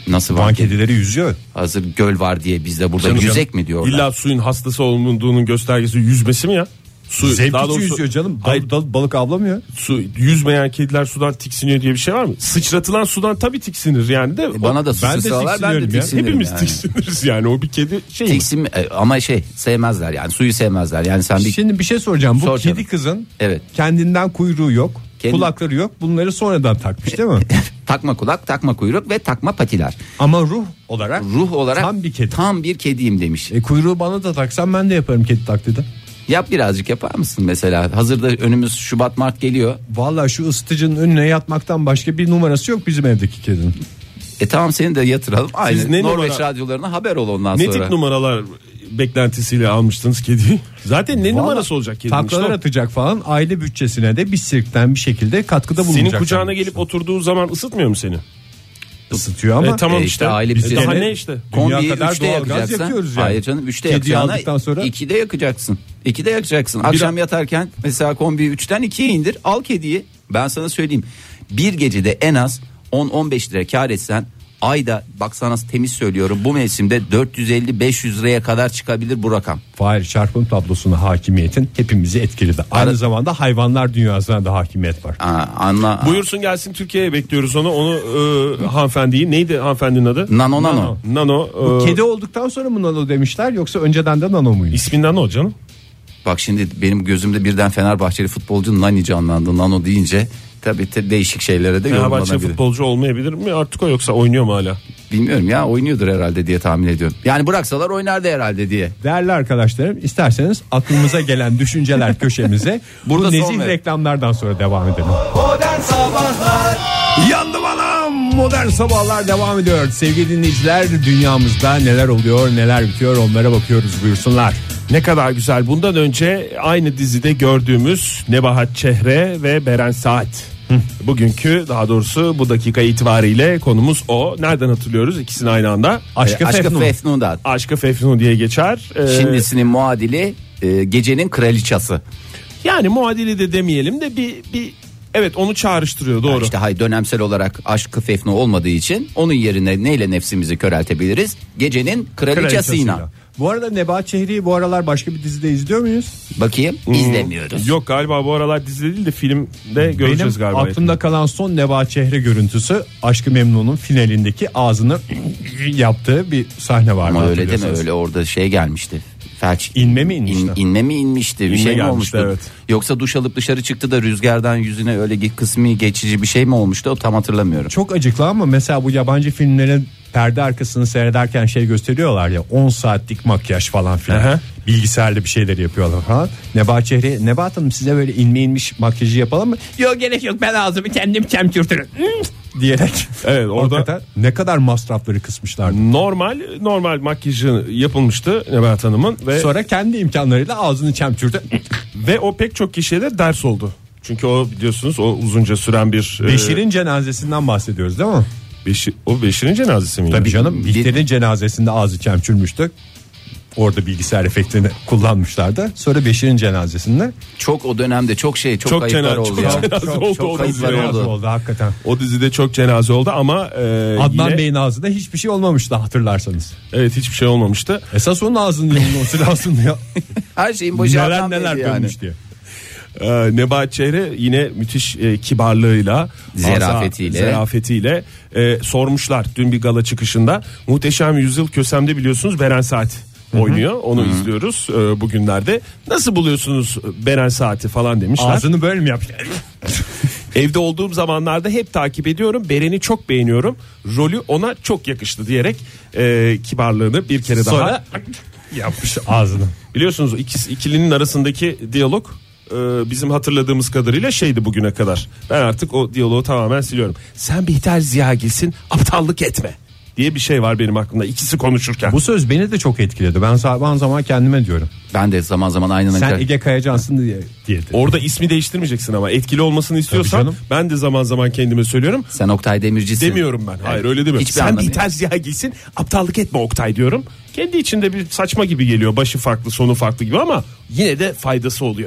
Nasıl Van var? kedileri yüzüyor. Hazır göl var diye biz de burada Canım, yüzek mi diyorlar? İlla suyun hastası olduğunun göstergesi yüzmesi mi ya? Su, Zevk daha için doğrusu- yüzüyor canım. Hayır, Balık avlamıyor. yüzmeyen kediler sudan tiksiniyor diye bir şey var mı? Sıçratılan sudan tabii tiksinir yani de. Bana da Ben de sıçrasalar ben de tiksiniyorum ya. tiksinirim Hepimiz yani. tiksiniriz yani, o bir kedi şey mi? Tiksin ama sevmezler yani, suyu sevmezler. Yani sen bir Şimdi bir şey soracağım. Bu Sor kedi canım. kızın Evet. kendinden kuyruğu yok. Kulakları yok. Bunları sonradan takmış değil mi? takma kulak, takma kuyruk ve takma patiler. Ama ruh olarak Tam bir kedi. Tam bir kediyim demiş. Kuyruğu bana da taksan ben de yaparım kedi taklidi. Yap, birazcık yapar mısın mesela? Hazırda önümüz Şubat Mart geliyor. Vallahi şu ısıtıcının önüne yatmaktan başka bir numarası yok bizim evdeki kedinin. Tamam, seni de yatıralım. Aynı ne Norveç numara- radyolarına haber ol ondan Ne sonra. tip numaralar beklentisiyle almıştınız kediyi? Zaten ne numarası olacak kedinin? Taklalar işte o. atacak falan, aile bütçesine de bir sirkten bir şekilde katkıda bulunacak. Senin kucağına gelip oturduğu zaman ısıtmıyor mu seni? ısıtıyor ama Tamam işte işte. aile bütçesi. Daha ne işte? Dünya Kombiyi kadar 3'te doğalgaz yakacaksan. yakıyoruz yani. Hayır canım, 3'te Kediyi yakacağına aldıktan sonra 2'de yakacaksın. 2'de yakacaksın. Akşam yatarken mesela kombiyi 3'ten 2'ye indir. Al kediyi. Ben sana söyleyeyim. Bir gecede en az 10-15 lira kar etsen, ayda bak sana temiz söylüyorum, bu mevsimde 450-500 liraya kadar çıkabilir bu rakam. Fahir, çarpım tablosuna hakimiyetin hepimizi etkiledi. Aynı zamanda hayvanlar dünyasına da hakimiyet var. Anla. Buyursun gelsin Türkiye'ye, bekliyoruz onu hanımefendiyi. Neydi hanımefendinin adı? Nano. Nano. Kedi olduktan sonra mı Nano demişler yoksa önceden de Nano muydu? İsmi Nano canım. Bak şimdi benim gözümde birden Fenerbahçeli futbolcu Nani canlandı. Nano deyince tabii değişik şeylere de Fenerbahçe yorumlanabilir. futbolcu olmayabilir mi artık o, yoksa oynuyor mu hala? Bilmiyorum ya, oynuyordur herhalde diye tahmin ediyorum. Yani bıraksalar oynardı herhalde diye. Değerli arkadaşlarım, isterseniz aklımıza gelen düşünceler köşemize Burada bu son nezih ver. reklamlardan sonra devam edelim. Modern Sabahlar Yandım anam. Modern Sabahlar devam ediyor. Sevgili dinleyiciler, dünyamızda neler oluyor, neler bitiyor, onlara bakıyoruz, buyursunlar. Ne kadar güzel. Bundan önce aynı dizide gördüğümüz Nebahat Çehre ve Beren Saat. Bugünkü, daha doğrusu bu dakika itibariyle konumuz o. Nereden hatırlıyoruz ikisini aynı anda? Aşkı Fefnun. Fefnun'da. Aşkı Fefnun diye geçer. Şimdisinin muadili gecenin kraliçası. Yani muadili de demeyelim de bir evet, onu çağrıştırıyor, doğru. İşte hay, dönemsel olarak aşkı Fefnun olmadığı için onun yerine neyle nefsimizi köreltebiliriz? Gecenin kraliçasıyla. Bu arada Nebahat Çehre'yi bu aralar başka bir dizide izliyor muyuz? Bakayım, izlemiyoruz. Yok galiba bu aralar dizide değil de filmde göreceğiz Benim galiba. aklımda kalan son Nebahat Çehre görüntüsü Aşk-ı Memnun'un finalindeki ağzını yaptığı bir sahne vardı. Ama öyle deme, hatırlıyorsanız. öyle orada şey gelmişti. Felç İnme mi inmişti? İnme mi inmişti? Bir İnme şey mi gelmişti, olmuştu? evet. Yoksa duş alıp dışarı çıktı da rüzgardan yüzüne öyle kısmi geçici bir şey mi olmuştu? O tam hatırlamıyorum. Çok acıklı ama mesela bu yabancı filmlerin perde arkasını seyrederken şey gösteriyorlar ya, 10 saatlik makyaj falan filan. Aha. Bilgisayarla bir şeyler yapıyorlar falan. Nebahat Çehre, Nebahat Hanım size böyle inme inmiş makyajı yapalım mı? Yok gerek yok, ben ağzımı kendim çemkürtürüm diyerek. Evet, orada Hakikaten ne kadar masrafları kısmışlardı. normal makyajı yapılmıştı Nebahat Hanım'ın ve Sonra kendi imkanlarıyla ağzını çemkürtü. ve o pek çok kişiye de ders oldu. Çünkü o, biliyorsunuz, o uzunca süren bir Beşir'in cenazesinden bahsediyoruz değil mi? o Beşir'in cenazesi mi? Tabii canım, Bihter'in cenazesinde ağzı çemçülmüştü. Orada bilgisayar efektini kullanmışlardı. Sonra Beşir'in cenazesinde Çok o dönemde çok Çok kayıplar oldu ya. cenaze oldu o kayıplar dizide. cenaze oldu. oldu hakikaten. O dizide çok cenaze oldu ama Adnan yine, Bey'in ağzında hiçbir şey olmamıştı hatırlarsanız. evet, hiçbir şey olmamıştı. Esas onun ağzının yanılması lazım ya. Her şeyin başı neler Adnan neler Bey'di yani. dönmüş diye. Nebahat Çehre yine müthiş kibarlığıyla, zarafetiyle sormuşlar dün bir gala çıkışında. Muhteşem Yüzyıl Kösem'de biliyorsunuz Beren Saat oynuyor. Onu izliyoruz bugünlerde. Nasıl buluyorsunuz Beren Saat'i falan demişler. Ağzını böyle mi yapmış? Evde olduğum zamanlarda hep takip ediyorum. Beren'i çok beğeniyorum. Rolü ona çok yakıştı diyerek kibarlığını bir kere daha Sonra yapmış ağzını. biliyorsunuz ikilinin arasındaki diyalog bizim hatırladığımız kadarıyla şeydi bugüne kadar. Ben artık o diyaloğu tamamen siliyorum. Sen Bihter Ziyagil'sin, aptallık etme diye bir şey var benim aklımda ikisi konuşurken. Bu söz beni de çok etkiledi. Ben zaman kendime diyorum. Ben de zaman zaman aynen Sen Ege Kayacansın diye. Orada ismi değiştirmeyeceksin ama etkili olmasını istiyorsan canım. ben de zaman zaman kendime söylüyorum. Sen Oktay Demirci'sin. Demiyorum ben. Hayır, öyle demiyorum. Hiçbir Sen anlamı Bihter Ziyagil'sin, aptallık etme Oktay diyorum. Kendi içinde bir saçma gibi geliyor. Başı farklı, sonu farklı gibi ama yine de faydası oluyor.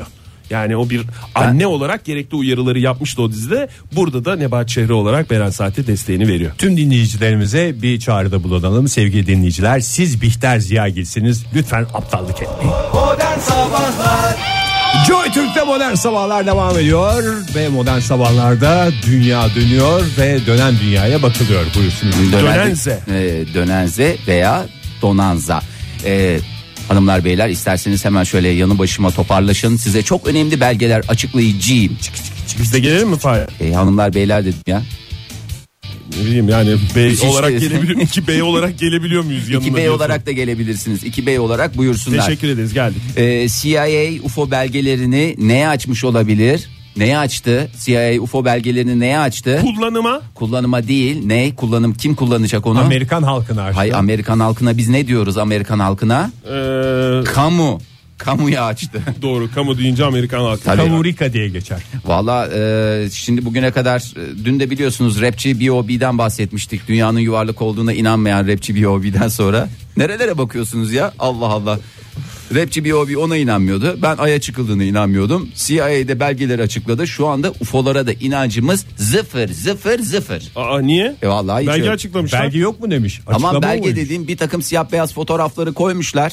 Yani o bir anne olarak gerekli uyarıları yapmıştı o dizide. Burada da Nebahat Çehre olarak Beren Saat'e desteğini veriyor. Tüm dinleyicilerimize bir çağrıda bulunalım sevgili dinleyiciler. Siz Bihter Ziyagil'siniz. Lütfen aptallık etmeyin. Modern Sabahlar. Joy Türk'te Modern Sabahlar devam ediyor ve Modern Sabahlar'da dünya dönüyor ve dönen dünyaya bakılıyor. Buyursunuz. Dönenze. Dönenze veya donanza. Hanımlar beyler, isterseniz hemen şöyle yanı başıma toparlaşın. Size çok önemli belgeler açıklayacağım. Biz de gelelim mi Fahir? Hanımlar beyler dedim ya. Ne bileyim yani bey Hiç olarak işte- gelebiliyor. 2 bey olarak gelebiliyor muyuz yanına? 2 bey diyorsun. olarak da gelebilirsiniz. 2 bey olarak buyursunlar. Teşekkür ederiz, geldik. CIA UFO belgelerini neye açmış olabilir? Neye açtı? CIA UFO belgelerini neye açtı? Kullanıma Kullanıma değil. Ne? Kullanım, kim kullanacak onu? Amerikan halkına açtı. Hayır, Amerikan halkına biz ne diyoruz Amerikan halkına? Kamu. Kamuya açtı. doğru, kamu deyince Amerikan halkı. Tabii. Kamurika diye geçer. Valla şimdi bugüne kadar dün de biliyorsunuz rapçi B.O.B'den bahsetmiştik. Dünyanın yuvarlak olduğuna inanmayan rapçi B.O.B'den sonra. Nerelere bakıyorsunuz ya? Allah Allah. Rapçi B.O.B ona inanmıyordu. Ben Ay'a çıkıldığına inanmıyordum. CIA'de belgeleri açıkladı. Şu anda UFO'lara da inancımız sıfır. Aa, niye? Vallahi hiç Belge yok. açıklamışlar. Belge yok mu demiş. Tamam, Açıklama belge mıymış? dediğim bir takım siyah beyaz fotoğrafları koymuşlar.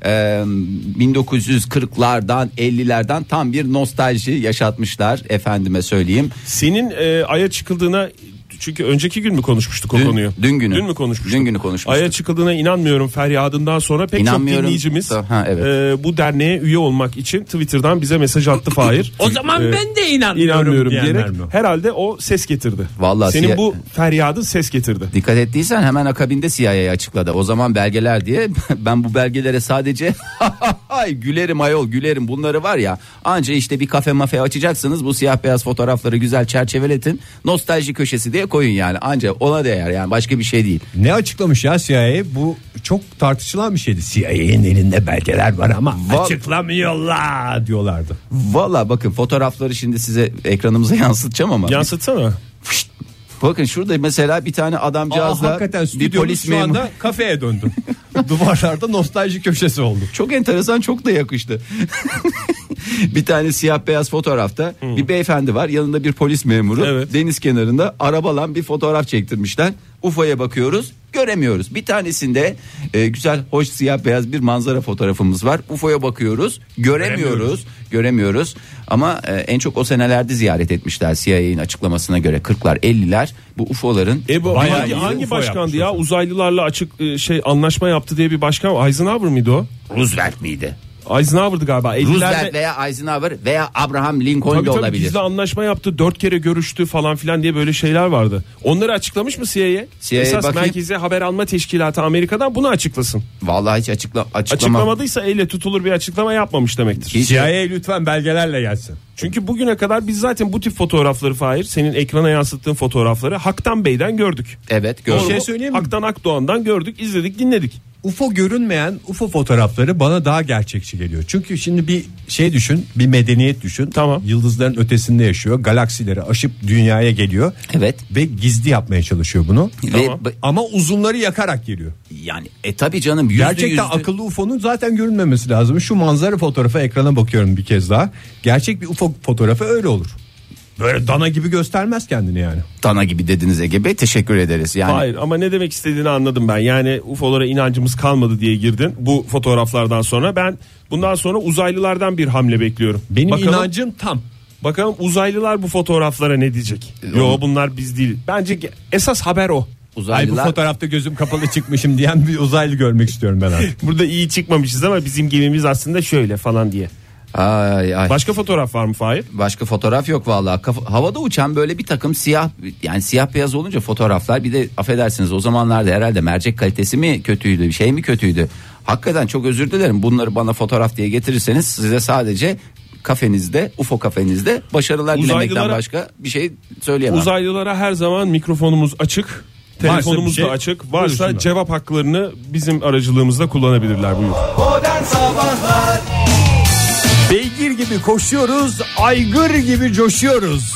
1940'lardan 50'lerden tam bir nostalji yaşatmışlar, efendime söyleyeyim. Senin Ay'a çıkıldığına, çünkü önceki gün mü konuşmuştuk o Dün- konuyu? dün günü. Dün mü konuşmuştuk? Dün günü konuşmuştuk. Ay'a çıkıldığına inanmıyorum feryadından sonra pek İnanmıyorum. çok dinleyicimiz Ha, evet. bu derneğe üye olmak için Twitter'dan bize mesaj attı Fahir. O zaman ben de inanmıyorum diyenler diyerek mi? herhalde o ses getirdi. Vallahi senin siya- bu feryadın ses getirdi. Dikkat ettiysen hemen akabinde CIA'yı açıkladı. O zaman belgeler diye ben bu belgelere sadece ay gülerim ayol gülerim, bunları var ya, anca işte bir kafe mafe açacaksınız, bu siyah beyaz fotoğrafları güzel çerçeveletin, nostalji köşesi diye koyun yani, anca ona değer yani, başka bir şey değil. Ne açıklamış ya CIA? Bu çok tartışılan bir şeydi. CIA'nin elinde belgeler var ama açıklamıyorlar diyorlardı. Valla bakın fotoğrafları şimdi size ekranımıza yansıtacağım ama. Yansıtsana. Bakın şurada mesela bir tane adamcağızla Hakikaten bir stüdyomuz polis şu memuru. anda kafeye döndü. Duvarlarda nostalji köşesi oldu. Çok enteresan, çok da yakıştı. Bir tane siyah beyaz fotoğrafta bir beyefendi var, yanında bir polis memuru, Evet. deniz kenarında arabalan bir fotoğraf çektirmişler. UFO'ya bakıyoruz, göremiyoruz. Bir tanesinde güzel hoş siyah beyaz bir manzara fotoğrafımız var. UFO'ya bakıyoruz, göremiyoruz. Ama en çok o senelerde ziyaret etmişler CIA'nin açıklamasına göre 40'lar 50'ler bu UFO'ların. Bu Bayağı iyi hangi UFO başkandı yapmış ya? o. Uzaylılarla açık anlaşma yaptı diye bir başkan. Eisenhower mıydı o? Roosevelt miydi? Eisenhower'dı galiba. Roosevelt veya Eisenhower veya Abraham Lincoln Tabii da tabii, olabilir. gizli anlaşma yaptı, 4 kere görüştü falan filan diye böyle şeyler vardı. Onları açıklamış mı CIA? Esas bakayım. Merkezi Haber Alma Teşkilatı Amerika'dan bunu açıklasın. Vallahi hiç açıklama. Açıklamadıysa elle tutulur bir açıklama yapmamış demektir. Hiç- CIA lütfen belgelerle gelsin. Çünkü bugüne kadar biz zaten bu tip fotoğrafları, Fahir, senin ekrana yansıttığın fotoğrafları Haktan Bey'den gördük. Evet, Doğru gördüm. şey mu? söyleyeyim mi? Haktan Akdoğan'dan gördük, izledik, dinledik. UFO görünmeyen UFO fotoğrafları bana daha gerçekçi geliyor. Çünkü şimdi bir şey düşün, bir medeniyet düşün. Tamam. Yıldızların ötesinde yaşıyor, galaksileri aşıp dünyaya geliyor. Evet. Ve gizli yapmaya çalışıyor bunu. Ve Tamam. Ama uzunları yakarak geliyor. yani tabii canım, Gerçekten akıllı UFO'nun zaten görünmemesi lazım. Şu manzara fotoğrafı, ekrana bakıyorum bir kez daha. Gerçek bir UFO fotoğrafı öyle olur. Böyle dana gibi göstermez kendini yani. dana gibi dediniz Ege Bey, teşekkür ederiz. Yani Hayır, ama ne demek istediğini anladım ben. Yani UFO'lara inancımız kalmadı diye girdin bu fotoğraflardan sonra. Ben bundan sonra uzaylılardan bir hamle bekliyorum. Benim Bakalım- inancım tam. Bakalım uzaylılar bu fotoğraflara ne diyecek? Yo, bunlar biz değil. Bence esas haber o. Ay bu uzaylılar fotoğrafta gözüm kapalı çıkmışım diyen bir uzaylı görmek istiyorum ben artık. Burada iyi çıkmamışız ama bizim gemimiz aslında şöyle falan diye. ay. Başka fotoğraf var mı Fahir? Başka fotoğraf yok vallahi. Havada uçan böyle bir takım siyah, yani siyah beyaz olunca fotoğraflar, bir de affedersiniz o zamanlarda herhalde mercek kalitesi mi kötüydü, bir şey mi kötüydü? Hakikaten çok özür dilerim, bunları bana fotoğraf diye getirirseniz size sadece kafenizde, UFO kafenizde başarılar dilemekten Uzaylılara- başka bir şey söyleyemem. Uzaylılara her zaman mikrofonumuz açık. Telefonumuz bir şey, da açık. Varsa buyursunlar. cevap haklarını bizim aracılığımızla kullanabilirler. Buyur. Modern Sabahlar. Beygir gibi koşuyoruz, aygır gibi coşuyoruz.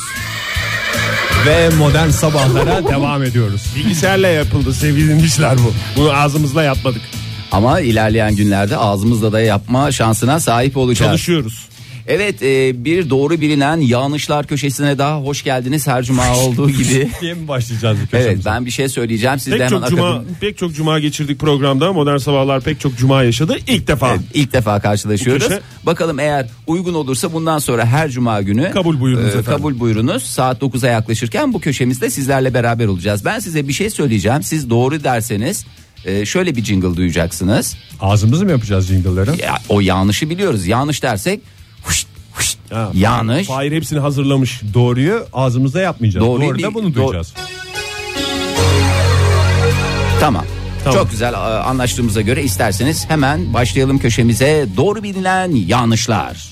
Ve modern sabahlara devam ediyoruz. Bilgisayarla yapıldı sevgili dinleyiciler bu. Bunu ağzımızla yapmadık. Ama ilerleyen günlerde ağzımızla da yapma şansına sahip olacağız. Çalışıyoruz. Evet, bir doğru bilinen yanlışlar köşesine daha hoş geldiniz her cuma olduğu gibi. diye mi başlayacağız bu köşemize? Evet, ben bir şey söyleyeceğim, siz de hemen Pek çok cuma geçirdik programda. Modern Sabahlar pek çok cuma yaşadı. İlk defa. Evet, ilk defa karşılaşıyoruz. Köşe. Bakalım, eğer uygun olursa bundan sonra her cuma günü Kabul buyurunuz efendim. kabul buyurunuz. Saat 9'a yaklaşırken bu köşemizde sizlerle beraber olacağız. Ben size bir şey söyleyeceğim. Siz doğru derseniz şöyle bir jingle duyacaksınız. Ağzımızı mı yapacağız jingle'ları? Ya, o yanlışı biliyoruz. Yanlış dersek huşt, huşt, Ha, yanlış. Fahir hepsini hazırlamış. Doğruyu ağzımızda yapmayacağız. Doğruyu Doğru da değil, bunu duyacağız. Tamam. Tamam. Çok güzel, anlaştığımıza göre isterseniz hemen başlayalım köşemize. Doğru bilinen yanlışlar.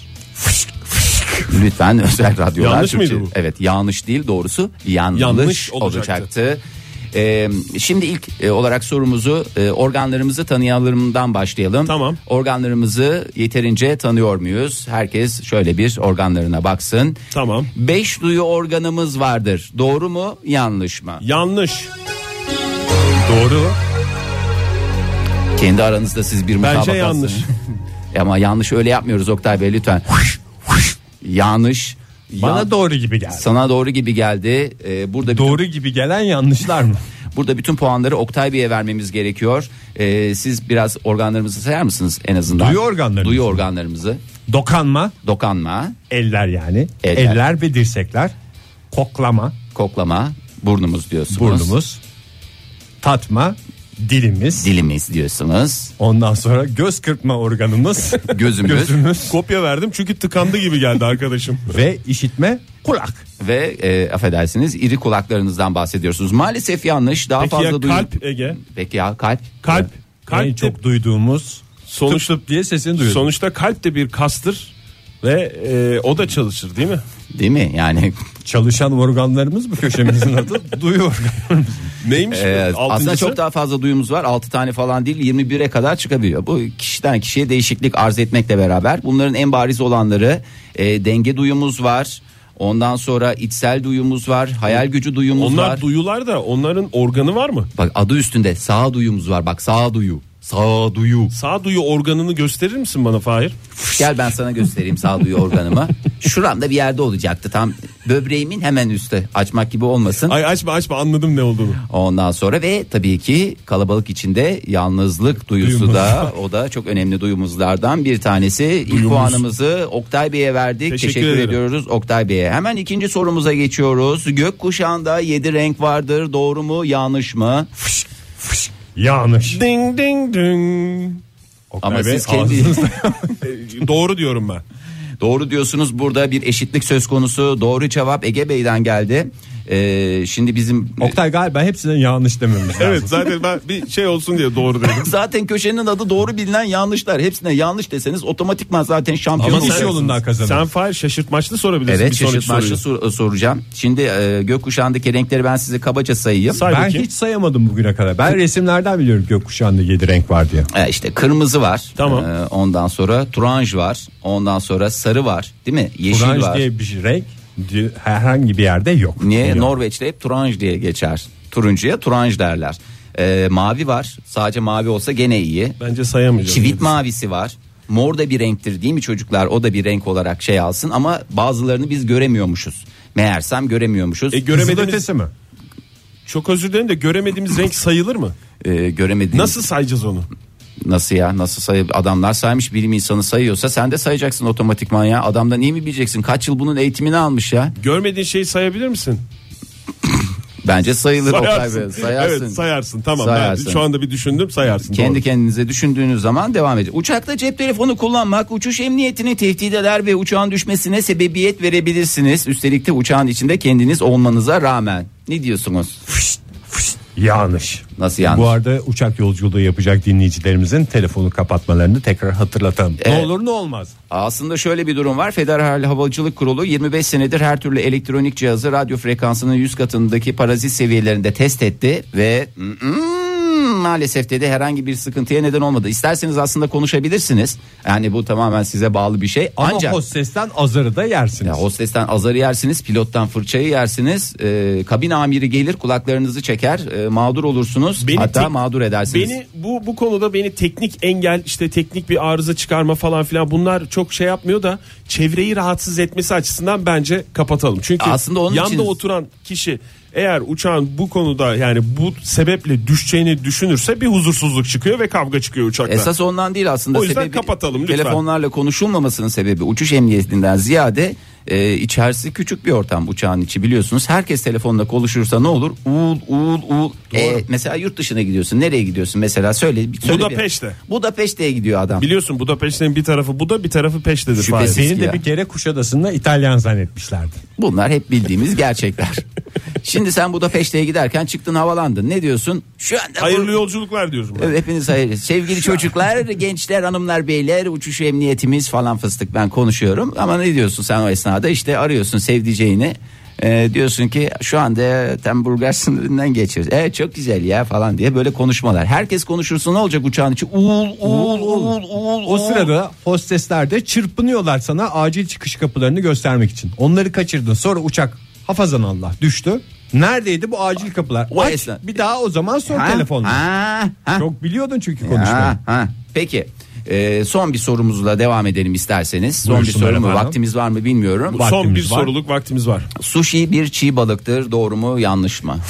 Lütfen özel radyolar. Yanlış mıydı Türkçe- bu? Evet, yanlış değil, doğrusu yanlış, Yanlış olacaktı. Şimdi ilk olarak sorumuzu organlarımızı tanıyalımdan başlayalım. Tamam. Organlarımızı yeterince tanıyor muyuz? Herkes şöyle bir organlarına baksın. Tamam. 5 duyu organımız vardır. Doğru mu, yanlış mı? Yanlış. Doğru. Kendi aranızda siz bir mutabakat. Bence yanlış. Ama yanlış öyle yapmıyoruz Oktay Bey, lütfen. Yanlış. Bana doğru gibi geldi. Sana doğru gibi geldi. Burada Doğru gibi gelen yanlışlar mı? Burada bütün puanları Oktay Bey'e vermemiz gerekiyor. Siz biraz organlarımızı sayar mısınız en azından? Duyu organlarımızı. Duyu organlarımızı. Dokanma, Dokanma, eller yani. Eller. Eller ve dirsekler. Koklama, koklama, burnumuz diyorsunuz. burnumuz. Tatma, dilimiz. Dilimiz diyorsunuz. Ondan sonra göz kırpma organımız. Gözümüz. Gözümüz. Kopya verdim çünkü tıkandı gibi geldi arkadaşım. Ve işitme, kulak. Ve affedersiniz, iri kulaklarınızdan bahsediyorsunuz. Maalesef yanlış. Daha Peki fazla ya duyu. kalp Ege? Peki ya kalp. Kalp. Kalp En de- çok duyduğumuz sonuçta tıp diye sesini duyuyoruz. Sonuçta kalp de bir kastır ve o da çalışır değil mi? Değil mi? Yani Çalışan organlarımız bu köşemizin adı. Duyu organlarımız. Neymiş? aslında Altıncısı? çok daha fazla duyumuz var. 6 tane falan değil, 21'e kadar çıkabiliyor. Bu kişiden kişiye değişiklik arz etmekle beraber bunların en bariz olanları denge duyumuz var. Ondan sonra içsel duyumuz var, hayal gücü duyumuz Onlar var. duyular da onların organı var mı? Bak, adı üstünde sağ duyumuz var. Bak, sağ duyu. Sağ duyu. Sağduyu organını gösterir misin bana Fahir? Gel ben sana göstereyim sağduyu organımı. Şuramda bir yerde olacaktı, tam böbreğimin hemen üstte. Açmak gibi olmasın. Ay açma anladım ne olduğunu. Ondan sonra ve tabii ki kalabalık içinde yalnızlık duyusu Duyumuz. da, o da çok önemli duyumuzlardan bir tanesi. İlk Duyumuz. puanımızı Oktay Bey'e verdik. Teşekkür ederim. ediyoruz Oktay Bey'e. Hemen ikinci sorumuza geçiyoruz. Gökkuşağında 7 renk vardır. Doğru mu, yanlış mı? Yanlış. Ding ding ding. Ama Bey, siz kendi Doğru diyorum ben. doğru diyorsunuz. Burada bir eşitlik söz konusu. Doğru cevap Ege Bey'den geldi. Şimdi bizim Oktay galiba hepsine yanlış dememiz lazım. Evet zaten ben bir şey olsun diye doğru dedim. zaten köşenin adı doğru bilinen yanlışlar. Hepsine yanlış deseniz otomatikman zaten şampiyon Ama iş olacaksınız. yolundan kazanır. Sen Fahir şaşırtmaçlı sorabilirsin. Evet, bir sonraki şaşırtmaçlı soruyu. soracağım. Şimdi gökkuşağındaki renkleri ben size kabaca sayayım. Say Ben bakayım. hiç sayamadım bugüne kadar. Ben resimlerden biliyorum gökkuşağında 7 renk var diye. İşte kırmızı var. Tamam. Ondan sonra turanj var. Ondan sonra sarı var. Değil mi? Yeşil Oranj var. diye bir renk herhangi bir yerde yok. Niye? Yok. Norveç'te hep turanj diye geçer. Turuncuya turanj derler. Mavi var. Sadece mavi olsa gene iyi. Bence sayamayacağım. Çivit mavisi var. Mor da bir renktir değil mi çocuklar? O da bir renk olarak şey alsın ama bazılarını biz göremiyormuşuz. Meğersem göremiyormuşuz. Göremediğimiz, Kızılötesi mi? çok özür dilerim de göremediğimiz renk sayılır mı? Göremediğimiz. Nasıl sayacağız onu? Nasıl ya? Nasıl adamlar saymış, bilim insanı sayıyorsa sen de sayacaksın otomatikman ya. Adamdan iyi mi bileceksin? Kaç yıl bunun eğitimini almış ya? Görmediğin şeyi sayabilir misin? Bence sayılır Oktay Bey. Sayarsın. Sayarsın. Evet sayarsın tamam. Sayarsın. Ben şu anda bir düşündüm sayarsın. Kendi Doğru. kendinize düşündüğünüz zaman devam edin. Uçakta cep telefonu kullanmak uçuş emniyetini tehdit eder ve uçağın düşmesine sebebiyet verebilirsiniz. Üstelik de uçağın içinde kendiniz olmanıza rağmen. Ne diyorsunuz? Yanlış. Nasıl yanlış? Bu arada uçak yolculuğu yapacak dinleyicilerimizin telefonu kapatmalarını tekrar hatırlatalım. Evet. Ne olur ne olmaz. Aslında şöyle bir durum var. Federal Havacılık Kurulu 25 senedir her türlü elektronik cihazı radyo frekansının 100 katındaki parazit seviyelerinde test etti ve Maalesef dedi, herhangi bir sıkıntıya neden olmadı. İsterseniz aslında konuşabilirsiniz. Yani bu tamamen size bağlı bir şey. Ama Ancak hostesten azarı da yersiniz. ya hostesten azarı yersiniz, pilottan fırçayı yersiniz. Kabin amiri gelir, kulaklarınızı çeker, mağdur olursunuz. Hatta mağdur edersiniz. Beni bu konuda beni teknik engel, işte teknik bir arıza çıkarma falan filan, bunlar çok şey yapmıyor da çevreyi rahatsız etmesi açısından bence kapatalım. Çünkü aslında onun yanda için oturan kişi eğer uçağın bu konuda, yani bu sebeple düşeceğini düşünürse bir huzursuzluk çıkıyor ve kavga çıkıyor uçakta. Esas ondan değil aslında. O yüzden sebebi, kapatalım lütfen. Telefonlarla konuşulmamasının sebebi uçuş emniyetinden ziyade içerisi küçük bir ortam, uçağın içi biliyorsunuz. Herkes telefonla konuşursa ne olur? Uğul. Mesela yurt dışına gidiyorsun. Nereye gidiyorsun mesela? Söyle Budapeşte. Budapeşte'ye gidiyor adam. Biliyorsun Budapeşte'nin bir tarafı Buda, bir tarafı Peşte'dir. Şüphesiz. Beni de ya. bir kere Kuşadası'nda İtalyan zannetmişlerdi. Bunlar hep bildiğimiz gerçekler. Şimdi sen Budapeşte'ye giderken çıktın, havalandın. Ne diyorsun? Şu anda Hayırlı yolculuklar diyorsun. Evet, hepiniz hayırlı. Sevgili çocuklar, gençler, hanımlar, beyler, uçuş emniyetimiz falan fıstık, ben konuşuyorum. Ama ne diyorsun sen o esnada? İşte arıyorsun sevdiceğini. Diyorsun ki şu anda tam Bulgar sınırından geçiyoruz. Evet, çok güzel ya falan diye böyle konuşmalar. Herkes konuşursa ne olacak uçağın içi? Uğul. O sırada hostesler de çırpınıyorlar sana acil çıkış kapılarını göstermek için. Onları kaçırdın, sonra uçak hafazan Allah düştü. Neredeydi bu acil kapılar? O Aç, esna- bir daha o zaman sor telefonla. Çok biliyordun çünkü konuşmayı. Peki. Son bir sorumuzla devam edelim isterseniz. Son Buyursunlar bir soru mu? efendim. Vaktimiz var mı bilmiyorum. Son Vaktimiz bir var. soruluk vaktimiz var. Sushi bir çiğ balıktır. Doğru mu, yanlış mı?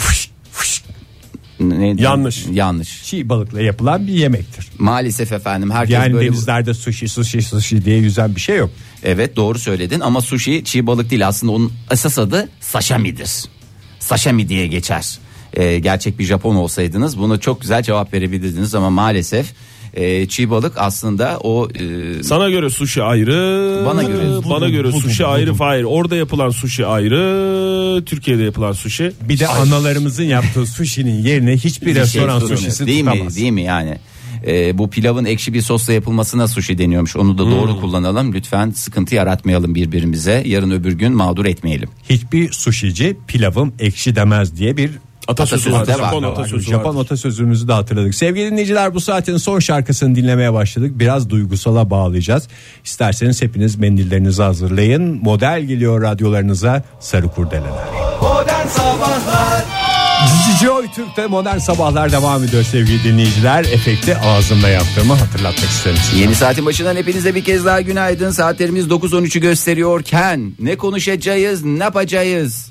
Yanlış. Yanlış. Çiğ balıkla yapılan bir yemektir. Maalesef efendim, herkes Yani böyle. denizlerde sushi diye yüzen bir şey yok. Evet, doğru söyledin ama sushi çiğ balık değil, aslında onun esas adı sashimi'dir. Sashimi diye geçer. Gerçek bir Japon olsaydınız bunu çok güzel cevap verebilirdiniz ama maalesef çiğ balık aslında o Sana göre sushi ayrı. Bana göre sushi ayrı. Hayır. Orada yapılan sushi ayrı. Türkiye'de yapılan sushi. Bir de analarımızın yaptığı sushi'nin yerine hiçbir restoran şey sushisi değil tutamaz. mi, değil mi yani? Bu pilavın ekşi bir sosla yapılmasına sushi deniyormuş. Onu da doğru kullanalım. Lütfen sıkıntı yaratmayalım birbirimize. Yarın öbür gün mağdur etmeyelim. Hiçbir sushici pilavım ekşi demez diye bir Atasözü var. Atasözü de var. Japon atasözü Japon var. atasözümüzü de hatırladık. Sevgili dinleyiciler, bu saatin son şarkısını dinlemeye başladık. Biraz duygusala bağlayacağız. İsterseniz hepiniz mendillerinizi hazırlayın. Model geliyor radyolarınıza, Sarı Kurdeleler. Modern Sabahlar Joy Türk'te Modern Sabahlar devam ediyor sevgili dinleyiciler. Efekti ağzımda yaptığımı hatırlatmak isterim size. Yeni saatin başından hepinize bir kez daha günaydın. Saatlerimiz 9.13'ü gösteriyorken ne konuşacağız, ne yapacağız?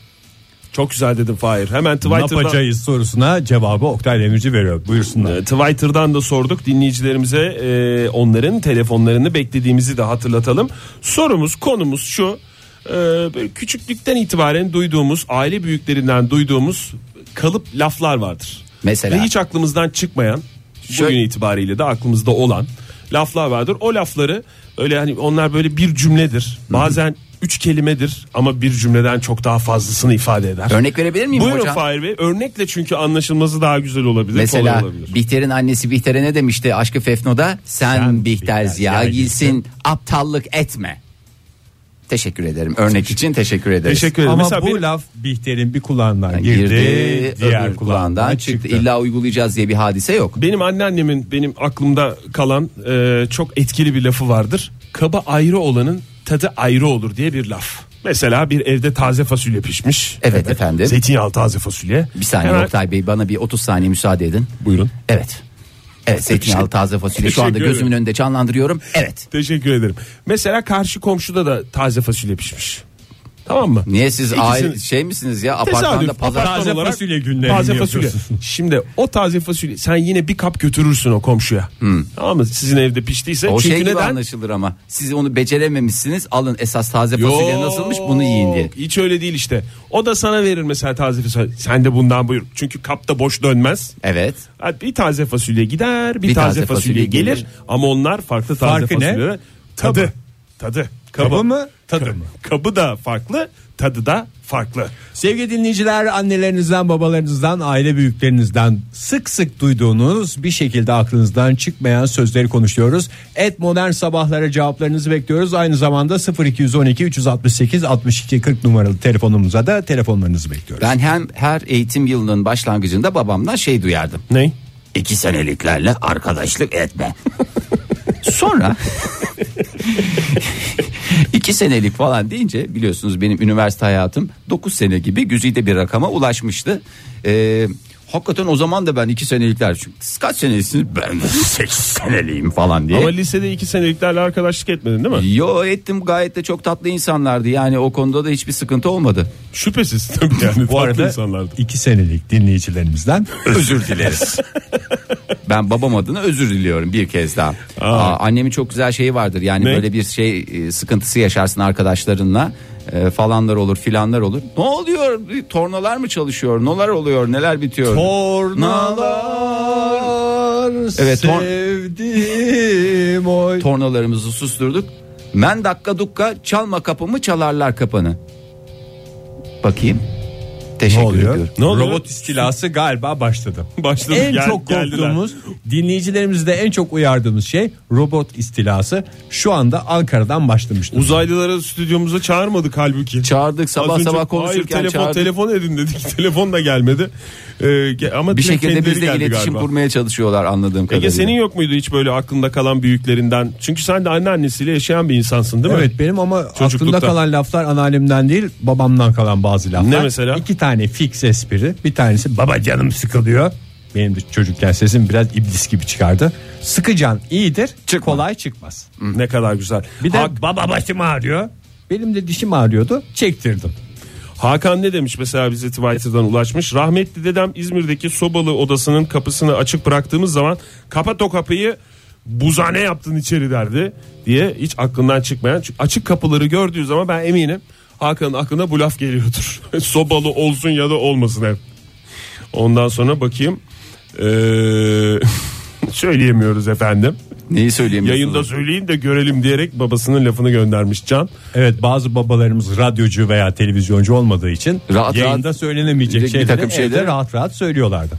Çok güzel dedin Fahir. Hemen Ne Twitter'dan, yapacağız sorusuna cevabı Oktay Demirci veriyor. Buyursunlar. Twitter'dan da sorduk dinleyicilerimize, onların telefonlarını beklediğimizi de hatırlatalım. Sorumuz, konumuz şu: böyle küçüklükten itibaren duyduğumuz, aile büyüklerinden duyduğumuz kalıp laflar vardır. Mesela? Ve hiç aklımızdan çıkmayan, Şöyle- bugün itibariyle de aklımızda olan laflar vardır. O lafları öyle, hani onlar böyle bir cümledir. Bazen 3 kelimedir ama bir cümleden çok daha fazlasını ifade eder. Örnek verebilir miyim Buyurun hocam? Fahir Bey. Örnekle, çünkü anlaşılması daha güzel olabilir. Mesela kolay olabilir. Bihter'in annesi Bihter'e ne demişti Aşkı Fefno'da? Sen Bihter Ziya Gilsin, aptallık etme. Teşekkür ederim. Örnek için teşekkür ederiz. Teşekkür ederim. Ama Mesela bu benim- laf Bihter'in bir kulağından Girdi, girdi, diğer öbür kulağından çıktı. İlla uygulayacağız diye bir hadise yok. benim anneannemin benim aklımda kalan çok etkili bir lafı vardır. Kaba ayrı olanın tadı ayrı olur diye bir laf. Mesela bir evde taze fasulye pişmiş. Evet efendim. Zeytinyağlı taze fasulye. Bir saniye Hemen- Oktay Bey, bana bir 30 saniye müsaade edin. Buyurun. Evet. Evet, zeytinyağlı taze fasulye şu anda Teşekkür gözümün ederim. önünde canlandırıyorum. Evet. Teşekkür ederim. Mesela karşı komşuda da taze fasulye pişmiş. Tamam mı? Niye siz İkisini- aile şey misiniz ya? Apartmanda Tesadüf, pazar. apartman Taze olarak fasulye günlerini taze mi fasulye. yapıyorsun? Şimdi o taze fasulye sen yine bir kap götürürsün o komşuya. Tamam mı? Sizin evde piştiyse. O Çünkü şey gibi neden? anlaşılır ama siz onu becerememişsiniz. Alın esas taze fasulye nasılmış, bunu yiyin diye. Hiç öyle değil işte. O da sana verir mesela taze fasulye. Sen de bundan buyur. Çünkü kapta boş dönmez. Evet. Bir taze fasulye gider, bir taze fasulye gelir. Ama onlar farklı taze Farkı ne? fasulyeler. Tadı. Kabı mı, tadı mı? Kabı da farklı, tadı da farklı. Sevgili dinleyiciler, annelerinizden, babalarınızdan, aile büyüklerinizden sık sık duyduğunuz, bir şekilde aklınızdan çıkmayan sözleri konuşuyoruz. Modern Sabahlara cevaplarınızı bekliyoruz. Aynı zamanda 0212 368 62 40 numaralı telefonumuza da telefonlarınızı bekliyoruz. Ben her eğitim yılının başlangıcında babamdan şey duyardım. Ne? 2 seneliklerle arkadaşlık etme. Sonra 2 senelik falan deyince biliyorsunuz benim üniversite hayatım 9 sene gibi güzide bir rakama ulaşmıştı. Hakikaten o zaman da ben 2 senelikler, çünkü siz kaç senelisiniz, ben 8 seneliyim falan diye. Ama lisede 2 seneliklerle arkadaşlık etmedin değil mi? Yo, ettim, gayet de çok tatlı insanlardı yani, o konuda da hiçbir sıkıntı olmadı. Şüphesiz tabii yani. Bu arada insanlardı. 2 senelik dinleyicilerimizden Özür dileriz. Ben babam adına özür diliyorum bir kez daha. Annemin çok güzel şeyi vardır yani, Ne? böyle bir şey sıkıntısı yaşarsın arkadaşlarınla. Falanlar olur filanlar olur. Ne oluyor? Tornalar mı çalışıyor? Neler oluyor? Neler bitiyor? tornalar Evet, sevdim oy. Tornalarımızı susturduk. Men dakika dukka çalma kapımı çalarlar kapını. Bakayım. Ne Teşekkür oluyor? ediyorum. Ne oluyor? Robot istilası galiba başladı. Başladı. En çok korktuğumuz, dinleyicilerimizde en çok uyardığımız şey robot istilası şu anda Ankara'dan başlamıştır. Uzaylıları stüdyomuza çağırmadık halbuki. Çağırdık, sabah Az önce, sabah konuşurken hayır, çağırdık. telefon edin dedik. Telefon da gelmedi. Ama Bir direkt şekilde kendileri bizle geldi iletişim galiba. kurmaya çalışıyorlar anladığım kadarıyla. Ege, senin yok muydu hiç böyle aklında kalan büyüklerinden? Çünkü sen de anneannesiyle yaşayan bir insansın değil mi? Evet, benim ama Çocuklukta. aklımda kalan laflar anneannemden değil, babamdan kalan bazı laflar. Ne mesela? 2 tane fix espri. Bir tanesi baba canım sıkılıyor. Benim de çocukken sesim biraz iblis gibi çıkardı. Sıkıcan iyidir, kolay çıkmaz. Ne kadar güzel. Bir de baba başım ağrıyor. Benim de dişim ağrıyordu, çektirdim. Hakan ne demiş mesela, bize Twitter'dan ulaşmış. Rahmetli dedem İzmir'deki sobalı odasının kapısını açık bıraktığımız zaman kapat o kapıyı, buzhane yaptın içeri derdi diye, hiç aklından çıkmayan. Çünkü açık kapıları gördüğü zaman ben eminim Hakan'ın aklına bu laf geliyordur. Sobalı olsun ya da olmasın ev. Ondan sonra bakayım. Söyleyemiyoruz efendim. Neyi söyleyemiyorsunuz? Yayında söyleyin de görelim diyerek babasının lafını göndermiş Can. Evet, bazı babalarımız radyocu veya televizyoncu olmadığı için Rahat yayında rahat söylenemeyecek bir şeyleri takım evde şeyleri rahat rahat söylüyorlardı.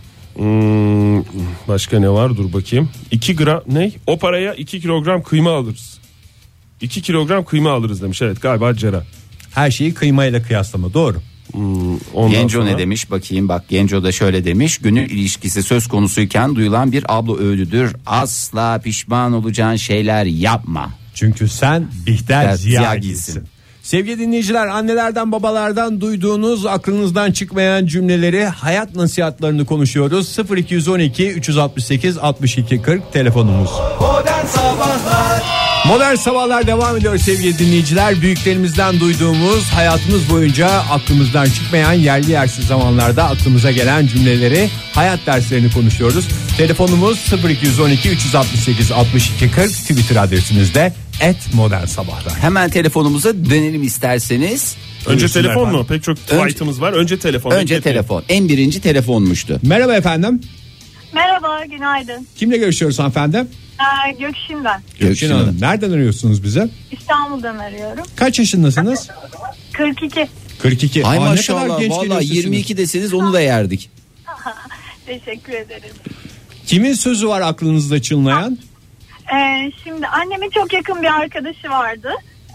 Başka ne var, dur bakayım. 2 gram ne? O paraya 2 kilogram kıyma alırız. 2 kilogram kıyma alırız demiş. Evet, galiba Cera. Her şeyi kıymayla kıyaslama, doğru. Ondan Genco sonra- ne demiş bakayım, bak Genco da şöyle demiş: gönül ilişkisi söz konusuyken duyulan bir abla öğüdüdür, asla pişman olacağın şeyler yapma. Çünkü sen Bihter Ziya Ziyagil'sin. Sevgili dinleyiciler, annelerden babalardan duyduğunuz aklınızdan çıkmayan cümleleri, hayat nasihatlarını konuşuyoruz. 0212 368 62 40 telefonumuz. Modern Sabahlar. Modern Sabahlar devam ediyor sevgili dinleyiciler. Büyüklerimizden duyduğumuz, hayatımız boyunca aklımızdan çıkmayan, yerli yersiz zamanlarda aklımıza gelen cümleleri, hayat derslerini konuşuyoruz. Telefonumuz 0212 368 62 40, Twitter adresimizde @modernsabahlar. Hemen telefonumuza dönelim isterseniz. Önce Buyursunlar telefon mu? efendim. Pek çok tweetimiz var. Önce telefon. Önce Bekletmeyin. telefon. En birinci telefonmuştu. Merhaba efendim. Merhaba, günaydın. Kimle görüşüyoruz hanımefendi? Gökşin ben. Gökçin Hanım. Nereden arıyorsunuz bize? İstanbul'dan arıyorum. Kaç yaşındasınız? 42. 42. Ay ne kadar maşallah, genç valla geliyorsunuz. 22 deseniz onu da yerdik. Teşekkür ederim. Kimin sözü var aklınızda çınlayan? Şimdi annemin çok yakın bir arkadaşı vardı.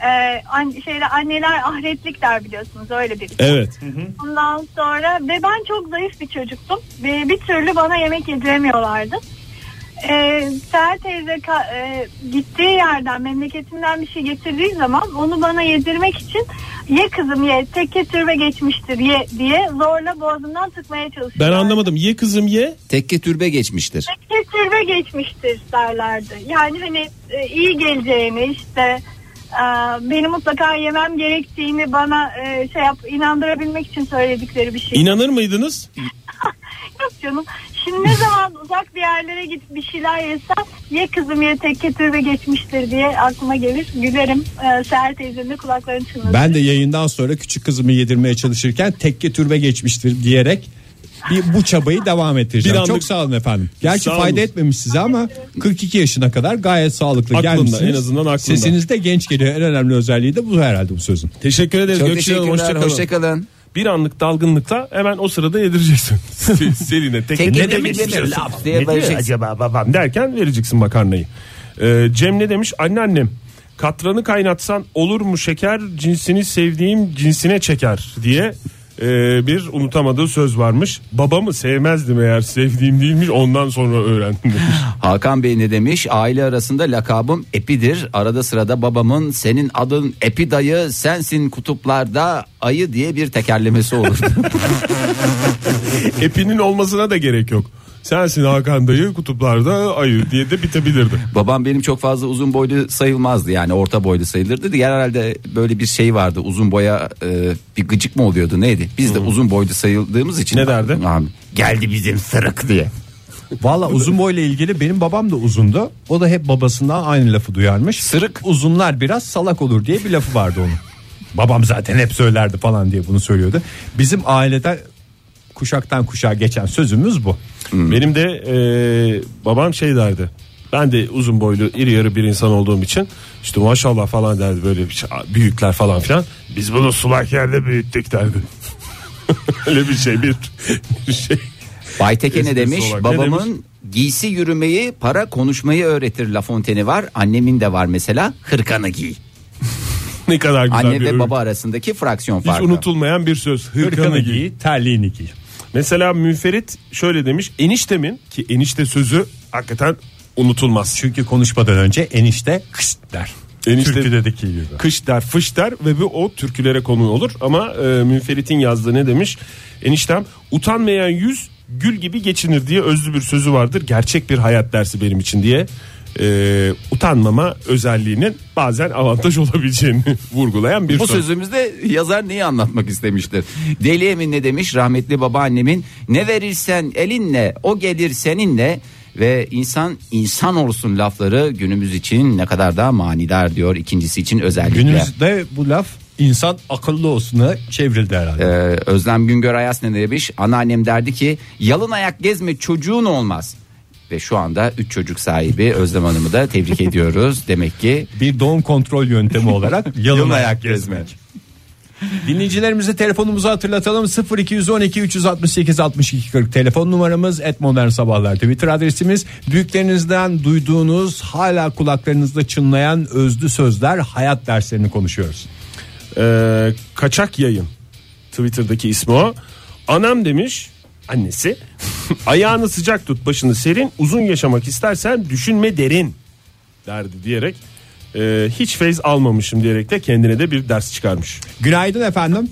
Anneler ahretlik der, biliyorsunuz, öyle biri. Evet. Ondan sonra ve ben çok zayıf bir çocuktum. Ve bir türlü bana yemek yediremiyorlardı. Seher teyze gittiği yerden, memleketinden bir şey getirdiği zaman onu bana yedirmek için ye kızım ye, tekke türbe geçmiştir ye diye zorla boğazımdan tıkmaya çalışıyorlar. Ben anlamadım. Ye kızım ye. Tekke türbe geçmiştir. Tekke türbe geçmiştir derlerdi. Yani hani iyi geleceğini, işte beni mutlaka yemem gerektiğini bana inandırabilmek için söyledikleri bir şey. İnanır mıydınız? Yok canım. Şimdi ne zaman uzak bir yerlere gidip bir şeyler yesem, ye kızım ye, tekke türbe geçmiştir diye aklıma gelir. Gülerim. Seher teyzenin de kulaklarını çınlasın. Ben de yayından sonra küçük kızımı yedirmeye çalışırken tekke türbe geçmiştir diyerek bu çabayı devam ettireceğim. Bir anlık- Çok sağ olun efendim. Gerçi Sağ olun. fayda etmemiş size ama 42 yaşına kadar gayet sağlıklı Aklımda, gelmişsiniz. en azından aklımda. Sesiniz de genç geliyor. En önemli özelliği de bu herhalde bu sözün. Teşekkür ederiz. Çok Gökçin Hanım, teşekkürler. hoşça kalın. Hoşçakalın. Bir anlık dalgınlıkla hemen o sırada yedireceksin. Selin'e Tekke ne türbe demek geçmiştir istiyorsun? laf diye Ne diyor vereceksin. acaba babam derken vereceksin makarnayı. Cem ne demiş? Anneannem, katranı kaynatsan olur mu şeker, cinsini sevdiğim cinsine çeker diye bir unutamadığı söz varmış. Babamı sevmezdim eğer sevdiğim değilmiş, ondan sonra öğrendim demiş. Hakan Bey ne demiş? Aile arasında lakabım Epi'dir. Arada sırada babamın senin adın Epi dayı, sensin kutuplarda ayı diye bir tekerlemesi olurdu. Epi'nin olmasına da gerek yok. Sensin Hakan dayı, kutuplarda ayı diye de bitebilirdi. Babam benim çok fazla uzun boylu sayılmazdı, yani orta boylu sayılırdı. Herhalde böyle bir şey vardı, uzun boya bir gıcık mı oluyordu neydi? Biz de uzun boylu sayıldığımız için. Ne derdi? Abi, geldi bizim sırık diye. Valla uzun boyla ilgili benim babam da uzundu. O da hep babasından aynı lafı duyarmış. Sırık uzunlar biraz salak olur diye bir lafı vardı onun. Babam zaten hep söylerdi falan diye bunu söylüyordu. Bizim ailede kuşaktan kuşağa geçen sözümüz bu. Benim de babam şey derdi. Ben de uzun boylu iri yarı bir insan olduğum için işte maşallah falan derdi, böyle büyükler falan filan. Biz bunu sulak yerde büyüttük derdi. Öyle bir şey, bir şey. Bayteke ne demiş? Solak. Babamın Ne demiş? giysi yürümeyi, para konuşmayı öğretir La Fontaine'i var. Annemin de var mesela, hırkanı giy. Ne kadar güzel Anne bir ve övgü. baba arasındaki fraksiyon Hiç farkı. unutulmayan bir söz. Hırkanı giy, terliğini giy. Mesela Müferit şöyle demiş. Eniştemin, ki enişte sözü hakikaten unutulmaz. Çünkü konuşmadan önce enişte kış der. Enişte Türküdeki gibi. kış der, fış der ve bu o türkülere konu olur. Ama Müferit'in yazdığı ne demiş? Eniştem, utanmayan yüz gül gibi geçinir diye özlü bir sözü vardır. Gerçek bir hayat dersi benim için diye. Utanmama özelliğinin bazen avantaj olabileceğini vurgulayan bir Bu söz. sözümüzde yazar neyi anlatmak istemiştir? Deli Emin ne demiş? Rahmetli babaannemin ne verirsen elinle o gelir seninle ve insan olsun lafları günümüz için ne kadar da manidar diyor. İkincisi için özellikle. Günümüzde bu laf insan akıllı olsuna çevrildi herhalde. Özlem Güngör Ayas ne demiş? Anneannem derdi ki yalın ayak gezme çocuğun olmaz. Ve şu anda 3 çocuk sahibi Özlem Hanım'ı da tebrik ediyoruz. Demek ki Bir doğum kontrol yöntemi olarak yalın ayak gezmek. Dinleyicilerimize telefonumuzu hatırlatalım. 0212 368 62 40 telefon numaramız, @modernsabahlar Twitter adresimiz. Büyüklerinizden duyduğunuz, hala kulaklarınızda çınlayan özlü sözler, hayat derslerini konuşuyoruz. Kaçak yayın Twitter'daki ismi o. Anam demiş, annesi, ayağını sıcak tut başını serin, uzun yaşamak istersen düşünme derin derdi diyerek hiç feyz almamışım diyerek de kendine de bir ders çıkarmış. Günaydın efendim.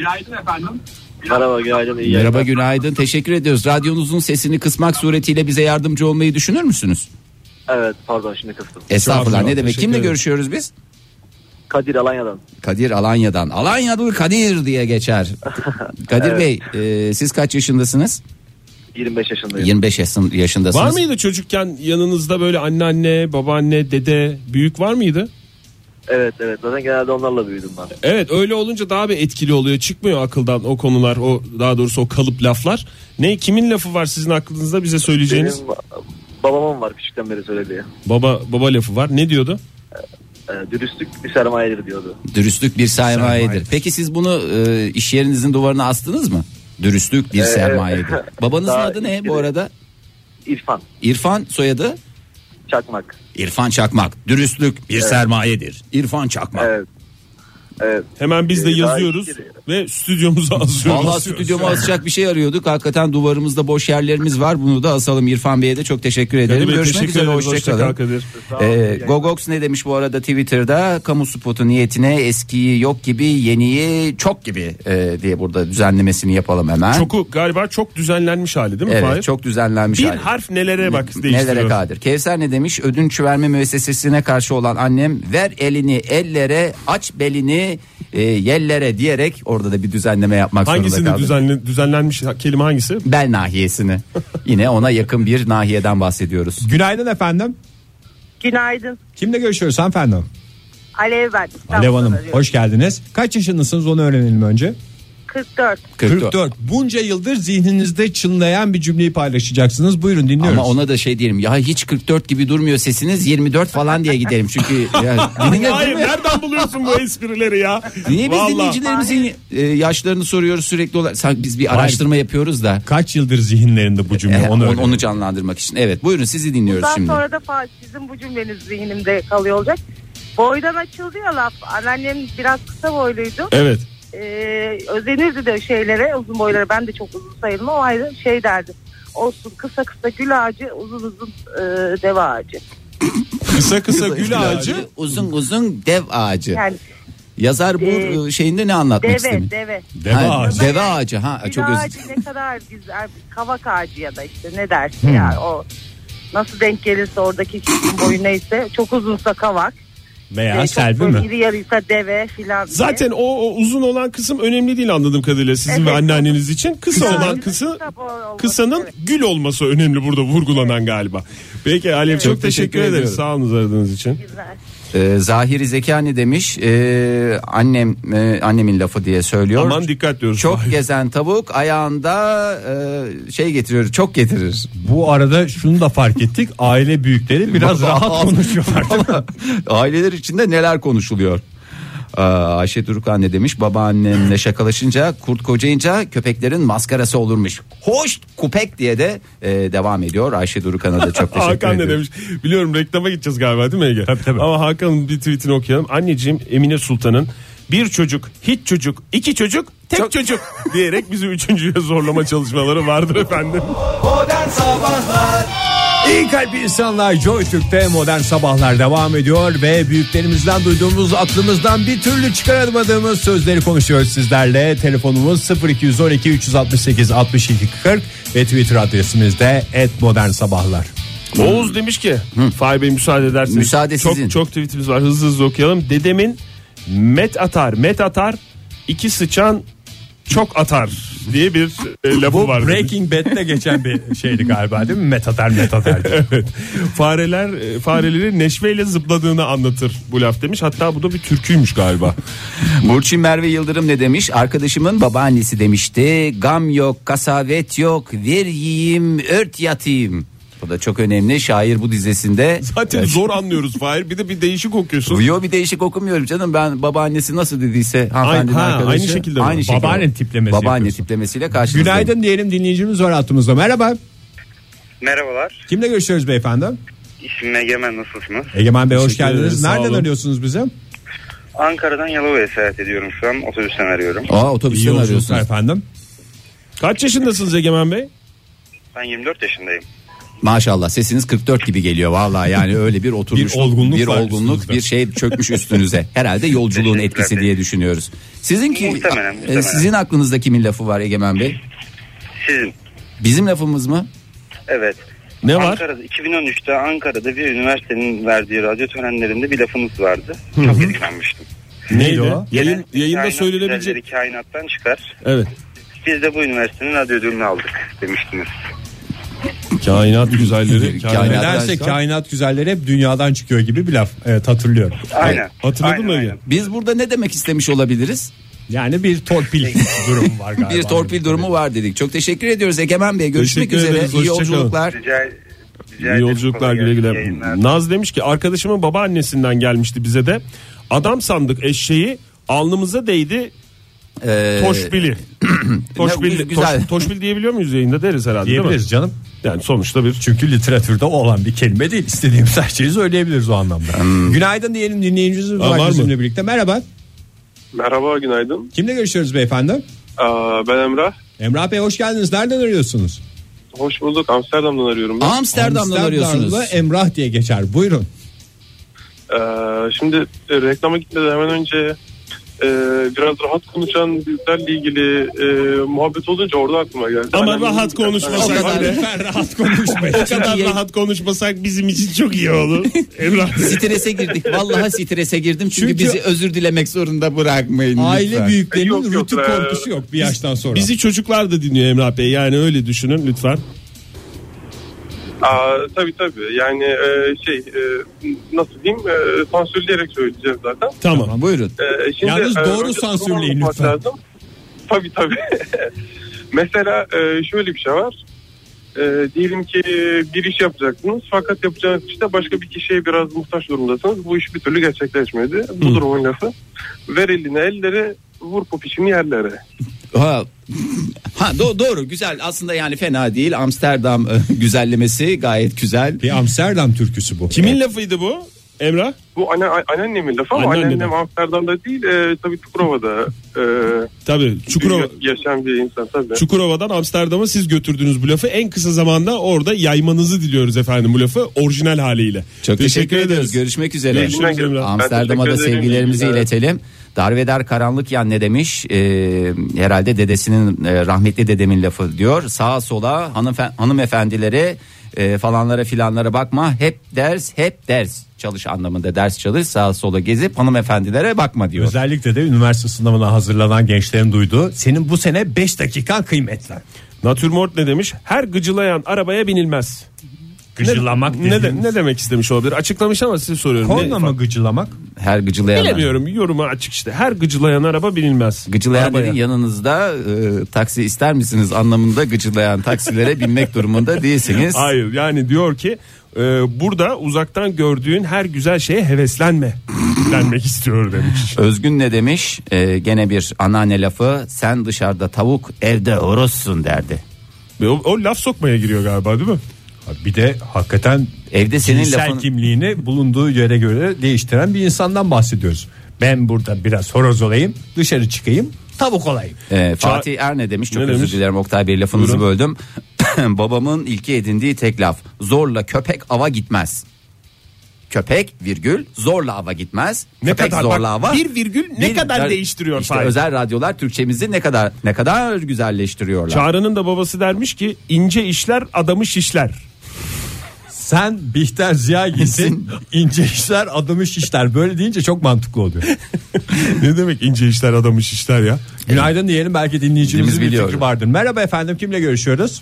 Merhaba, günaydın. İyi merhaba, yayınlar. günaydın, teşekkür ediyoruz. Radyonuzun sesini kısmak suretiyle bize yardımcı olmayı düşünür müsünüz? Evet, pardon, şimdi kıstım. Estağfurullah, Çok ne demek? teşekkür Kimle ederim. görüşüyoruz biz? Kadir Alanya'dan. Kadir Alanya'dan. Alanyalı Kadir diye geçer. Kadir Evet. Bey, siz kaç yaşındasınız? 25 yaşındayım. 25 yaşındasınız. Var mıydı çocukken yanınızda böyle anneanne, babaanne, dede, büyük var mıydı? Evet. Zaten genelde onlarla büyüdüm ben. Evet, öyle olunca daha bir etkili oluyor. Çıkmıyor akıldan o konular, o daha doğrusu o kalıp laflar. Ne, kimin lafı var sizin aklınızda bize söyleyeceğiniz? Benim babamın var küçükten beri söylediği. Baba lafı var. Ne diyordu? Dürüstlük bir sermayedir diyordu. Dürüstlük bir sermayedir. Peki siz bunu iş yerinizin duvarına astınız mı? Dürüstlük bir sermayedir. Babanızın Daha adı ne ilk bu biri. arada? İrfan İrfan, soyadı? Çakmak. İrfan Çakmak. Dürüstlük bir sermayedir. İrfan Çakmak. Evet. Hemen biz de Daha yazıyoruz ilk biri. ve stüdyomuza asıyoruz. Vallahi stüdyoma asacak bir şey arıyorduk. Hakikaten duvarımızda boş yerlerimiz var. Bunu da asalım. İrfan Bey'e de çok teşekkür ederim. Kadir Bey, Görüşmek teşekkür üzere. ederiz. Hoşça kal Hoşçakalın. Kadir. Sağ olun. Gogox ne demiş bu arada Twitter'da? Kamu spotu niyetine eskiyi yok gibi, yeniyi çok gibi diye burada düzenlemesini yapalım hemen. Çoku galiba çok düzenlenmiş hali değil mi? Evet, Fahir? çok düzenlenmiş Bir hali. harf nelere bak Nelere değiştiriyor. kadir. Kevser ne demiş? Ödünç verme müessesesine karşı olan annem, ver elini ellere, aç belini yellere diyerek orada da bir düzenleme yapmak Hangisini zorunda kaldı. düzenlenmiş kelime hangisi? Bel nahiyesini. Yine ona yakın bir nahiyeden bahsediyoruz. Günaydın efendim. Günaydın. Kimle görüşüyoruz hanımefendi? Alev ben. Alev Hanım, arıyorum. hoş geldiniz. Kaç yaşındasınız, onu öğrenelim önce. 44. 44. Bunca yıldır zihninizde çınlayan bir cümleyi paylaşacaksınız. Buyurun, dinliyoruz. Ama ona da şey diyelim, ya hiç 44 gibi durmuyor sesiniz, 24 falan diye gidelim. Çünkü ya, Hayır, nereden buluyorsun bu esprileri ya? niye biz Vallahi. dinleyicilerimizin yaşlarını soruyoruz sürekli olarak? Sanki biz bir araştırma yapıyoruz da. Kaç yıldır zihinlerinde bu cümle, onu öğrenelim. Onu canlandırmak için. Evet, buyurun, sizi dinliyoruz Bundan şimdi. sonra da sizin bu cümleniz zihnimde kalıyor olacak. Boydan açıldı ya laf. Anneannem biraz kısa boyluydu. Evet. özenirdi de şeylere, uzun boylara. Ben de çok uzun sayılmam, o ayrı şey derdi. Olsun kısa kısa gül ağacı, uzun uzun deve ağacı. Kısa kısa gül ağacı, uzun uzun dev ağacı. Yani yazar bu şeyinde ne anlatmak istemiş? deve. Deve ağacı. Ha, Gül çok ağacı ne kadar güzel, kavak ağacı ya da işte ne dersin yani, o nasıl denk gelirse oradaki kişinin boyu neyse, çok uzunsa kavak. Veya Çok selvi böyle mi? iri yarıysa deve filan. zaten o uzun olan kısım önemli değil anladığım kadarıyla sizin Evet. ve anneanneniz için. Kısa olan kısanın gül olması önemli burada vurgulanan galiba. Peki Alev, çok teşekkür ederiz. ediyorum. Sağ olun aradığınız için. Zahiri Zekani demiş, annemin lafı diye söylüyor. Aman dikkat diyoruz. Çok gezen tavuk ayağında şey getiriyor, çok getirir. Bu arada şunu da fark ettik. Aile büyükleri biraz rahat konuşuyorlar. Aileler içinde neler konuşuluyor? Ayşe Durukan ne demiş? Babaannemle şakalaşınca, kurt kocayınca köpeklerin maskarası olurmuş. Hoş kupek diye de devam ediyor. Ayşe Durukan'a da çok teşekkür Hakan ne ediyorum. demiş? Biliyorum reklama gideceğiz galiba değil mi Ege? Tabii. Ama Hakan'ın bir tweetini okuyalım. Anneciğim Emine Sultan'ın bir çocuk, hiç çocuk, iki çocuk, tek çocuk diyerek bizi üçüncüye zorlama çalışmaları vardır efendim. Modern Sabahlar. İyi kalp insanlar, Joy Türk'te Modern Sabahlar devam ediyor ve büyüklerimizden duyduğumuz, aklımızdan bir türlü çıkaramadığımız sözleri konuşuyoruz sizlerle. Telefonumuz 0212 368 62 40 ve Twitter adresimiz de @modernsabahlar. Oğuz demiş ki, Fahir Bey müsaade ederseniz. Müsaade sizin. Çok tweetimiz var, hızlı okuyalım. Dedemin met atar, iki sıçan çok atar diye bir lafı var. Breaking Bad'de geçen bir şeydi galiba değil mi? Metatar diye. Evet. Fareleri neşveyle zıpladığını anlatır bu laf demiş. Hatta bu da bir türküymüş galiba. Burçin Merve Yıldırım ne demiş? Arkadaşımın babaannesi demişti. Gam yok, kasavet yok, ver yiyeyim, ört yatayım. Bu da çok önemli. Şair bu dizesinde. Zaten zor anlıyoruz Fahir. Bir de bir değişik okuyorsun. Yo, bir değişik okumuyorum canım. Ben babaannesi nasıl dediyse hanımefendinin arkadaşı. Aynı şekilde mi? Babaanne tiplemesi Babaanne yapıyorsun. tiplemesiyle karşınızdayım. Günaydın diyelim, dinleyicimiz var hattımızda. Merhaba. Merhabalar. Kimle görüşüyoruz beyefendi? İsmim Egemen, nasılsınız? Egemen Bey, hoş Teşekkür ederiz, geldiniz. sağ Nereden olun. arıyorsunuz bize? Ankara'dan Yalova'ya seyahat ediyorum şu an. Otobüsten arıyorum. Otobüsten İyi yolculuklar arıyorsunuz. efendim. Kaç yaşındasınız Egemen Bey? Ben 24 yaşındayım. Maşallah, sesiniz 44 gibi geliyor vallahi, yani öyle bir oturmuş Bir olgunluk bir var olgunluk, üstünüzde. bir şey çökmüş üstünüze. Herhalde yolculuğun Teşekkürler. etkisi diye düşünüyoruz. Sizinki Muhtemelen. sizin aklınızda kimin lafı var Egemen Bey? Sizin. Bizim lafımız mı? Evet. Ne var? Ankara'da 2013'te Ankara'da bir üniversitenin verdiği radyo törenlerinde bir lafımız vardı. Çok etkilenmiştim. Neydi o? Yayında Kainat söylenebilecek. güzelleri kainattan çıkar. Evet. Biz de bu üniversitenin radyo ödülünü aldık demiştiniz. Kainat güzelleri. Kainat- Nedense kainat güzelleri hep dünyadan çıkıyor gibi bir laf. Evet, hatırlıyorum. Aynen. Hatırladın mı Ege? Biz burada ne demek istemiş olabiliriz? Yani bir torpil durumu var galiba. Bir torpil durumu var dedik. Çok teşekkür ediyoruz Egemen Bey. Görüşmek Teşekkür üzere. ederiz, İyi hoşça kalın. yolculuklar. Rica İyi yolculuklar, güle güle. Naz demiş ki arkadaşımın babaannesinden gelmişti bize de. Adam sandık eşeği, alnımıza değdi. Toşbili. Toşbili. güzel. Toşbil diyebiliyor muyuz yayında, deriz herhalde değil mi? Diyebiliriz canım. Yani sonuçta bir Çünkü literatürde olan bir kelime değil. İstediğimiz her şeyi söyleyebiliriz o anlamda. Günaydın diyelim, dinleyicimiz var var mı? bizimle birlikte. Merhaba. Merhaba, günaydın. Kimle görüşüyoruz beyefendi? Ben Emrah. Emrah Bey, hoş geldiniz. Nereden arıyorsunuz? Hoş bulduk. Amsterdam'dan arıyorum ben. Amsterdam'dan arıyorsunuz. Amsterdam'da Emrah diye geçer. Buyurun. Şimdi reklama gitmeden hemen önce biraz rahat konuşan bizlerle ilgili muhabbet olunca orada aklıma geldi. Ama Hani- rahat konuşmasak kadar. bile. Lütfen rahat konuşmayın. O kadar rahat konuşmasak bizim için çok iyi olur. Emrah. Strese girdik. Vallahi strese girdim. Çünkü Çünkü- bizi özür dilemek zorunda bırakmayın. Aile lütfen. büyüklerinin Yok, rütü korkusu yok bir yaştan sonra. Bizi çocuklar da dinliyor Emrah Bey. Yani öyle düşünün lütfen. Tabii. Yani nasıl diyeyim, sansürleyerek söyleyeceğiz zaten. Tamam. Buyurun. Şimdi, Yalnız doğru önce sansürleyin konuşmak lütfen. lazım. Tabii. Mesela şöyle bir şey var. Diyelim ki bir iş yapacaksınız, fakat yapacağınız işte başka bir kişiye biraz muhtaç durumdasınız. Bu iş bir türlü gerçekleşmedi. Bu durumun lafı: ver eline elleri, vur popişini yerlere. Doğru, güzel. Aslında yani fena değil. Amsterdam güzellemesi gayet güzel. Bir Amsterdam türküsü bu. Kimin lafıydı bu? Emrah? Bu anneannemin lafı ama anneannem Amsterdam'da değil tabii Çukurova'da. Tabii Çukurova yaşayan bir insan tabii. Çukurova'dan Amsterdam'a siz götürdünüz bu lafı. En kısa zamanda orada yaymanızı diliyoruz efendim bu lafı orijinal haliyle. Çok teşekkür ediyoruz. Görüşmek üzere. Amsterdam'a da sevgilerimizi iletelim. Darveder karanlık yan ne demiş? Herhalde dedesinin rahmetli dedemin lafı diyor. Sağa sola hanımefendilere falanlara filanlara bakma. Hep ders çalış anlamında, ders çalış, sağa sola gezip hanımefendilere bakma diyor. Özellikle de üniversite sınavına hazırlanan gençlerin duyduğu senin bu sene 5 dakikan kıymetli. Natürmort ne demiş? Her gıcılayan arabaya binilmez. Gıcılamak ne demek istemiş olabilir? Açıklamış ama size soruyorum. Korna mı gıcılamak? Her gıcılayan. Bilemiyorum, yoruma açık işte. Her gıcılayan araba binilmez. Gıcılayan dediğin yanınızda taksi ister misiniz anlamında gıcılayan taksilere binmek durumunda değilsiniz. Hayır, yani diyor ki burada uzaktan gördüğün her güzel şeye heveslenme denmek istiyor demiş. Özgün ne demiş? Gene bir anneanne lafı, sen dışarıda tavuk evde horozsun derdi. O laf sokmaya giriyor galiba değil mi? Bir de hakikaten evde senin cinsel lafın kimliğini bulunduğu yere göre değiştiren bir insandan bahsediyoruz. Ben burada biraz horoz olayım, dışarı çıkayım, tavuk olayım. Fatih Er ne demiş? Çok ne özür demiş? dilerim Oktay Bey, lafınızı böldüm. Babamın ilki edindiği tek laf: zorla köpek ava gitmez. Köpek virgül zorla ava gitmez. Ne Köpek kadar zorla bak, ava. bir virgül ne kadar değiştiriyor İşte Fahir. özel radyolar Türkçemizi ne kadar güzelleştiriyorlar. Çağrı'nın da babası dermiş ki ince işler adamı şişler. Sen Bihter Ziya gitsin, ince işler adamı şişler. Böyle deyince çok mantıklı oluyor. Ne demek ince işler adamı şişler ya? Günaydın diyelim, belki dinleyicimizin bir biliyor. fikri vardır. Merhaba efendim, kimle görüşüyoruz?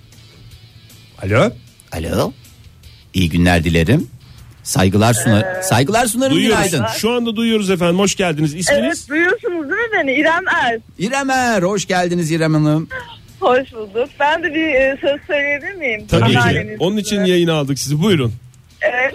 Alo. Alo. İyi günler dilerim. Saygılar sunarım. Duyuyoruz. Günaydın. Şu anda duyuyoruz efendim. Hoş geldiniz. İsminiz? Evet, duyuyorsunuz değil mi beni? İrem Er. İrem Er, hoş geldiniz İrem Hanım. Hoş bulduk. Ben de bir söz söyleyebilir miyim? Tabii ki. Anneanneniz Onun için size. yayına aldık sizi. Buyurun. Evet.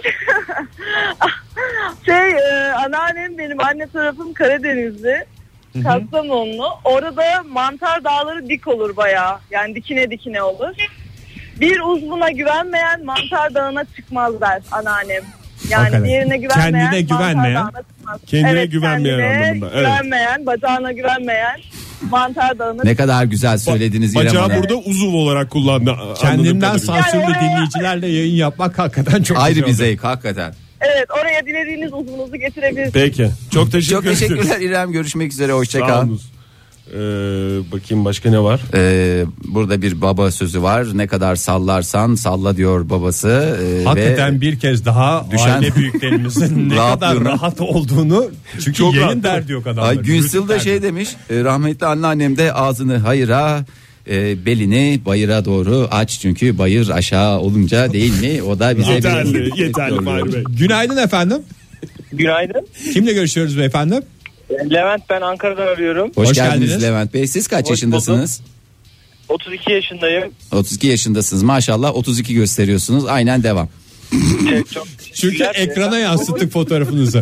Anneannem benim anne tarafım Karadenizli. Kastamonlu. Orada mantar dağları dik olur bayağı. Yani dikine dikine olur. Bir uzvuna güvenmeyen mantar dağına çıkmaz der anneannem. Yani Hakikaten. diğerine güvenmeyen, Kendine güvenmeyen, mantar dağına çıkmaz. kendine güvenmeyen anlamında. Evet. Güvenmeyen, bacağına güvenmeyen mantar dağına Ne kadar güzel söylediniz İrem Bacağı Hanım. burada uzuv olarak kullandı. Kendinden anladığım kadarıyla. sansürlü Yani oraya- dinleyicilerle yayın yapmak hakikaten çok Ayrı güzel bir oldu. zevk hakikaten. Evet, oraya dilediğiniz uzvunuzu getirebilirsiniz. Peki. Çok teşekkür Çok ederiz. teşekkürler İrem, görüşmek üzere, Sağ hoşçakal. olunuz. Bakayım başka ne var? Burada bir baba sözü var. Ne kadar sallarsan salla diyor babası. Hakikaten bir kez daha Düşen- aile büyüklerimizin ne kadar Rahatlığını- rahat olduğunu, çünkü Çok yayın rahat. derdi yok adamlar. Ay Günsıl da şey demiş, rahmetli anneannem de ağzını hayıra, belini bayıra doğru aç, çünkü bayır aşağı olunca değil mi? O da bize Yeterli Fahir Bey. Günaydın efendim. Günaydın. Kimle görüşüyoruz beyefendi? Levent, ben Ankara'dan arıyorum. Hoş Hoş geldiniz geldiniz. Levent Bey. Siz kaç Hoş yaşındasınız? 32 yaşındayım. 32 yaşındasınız maşallah, 32 gösteriyorsunuz, aynen devam. Çok Çünkü güzel. ekrana yansıttık fotoğrafınızı.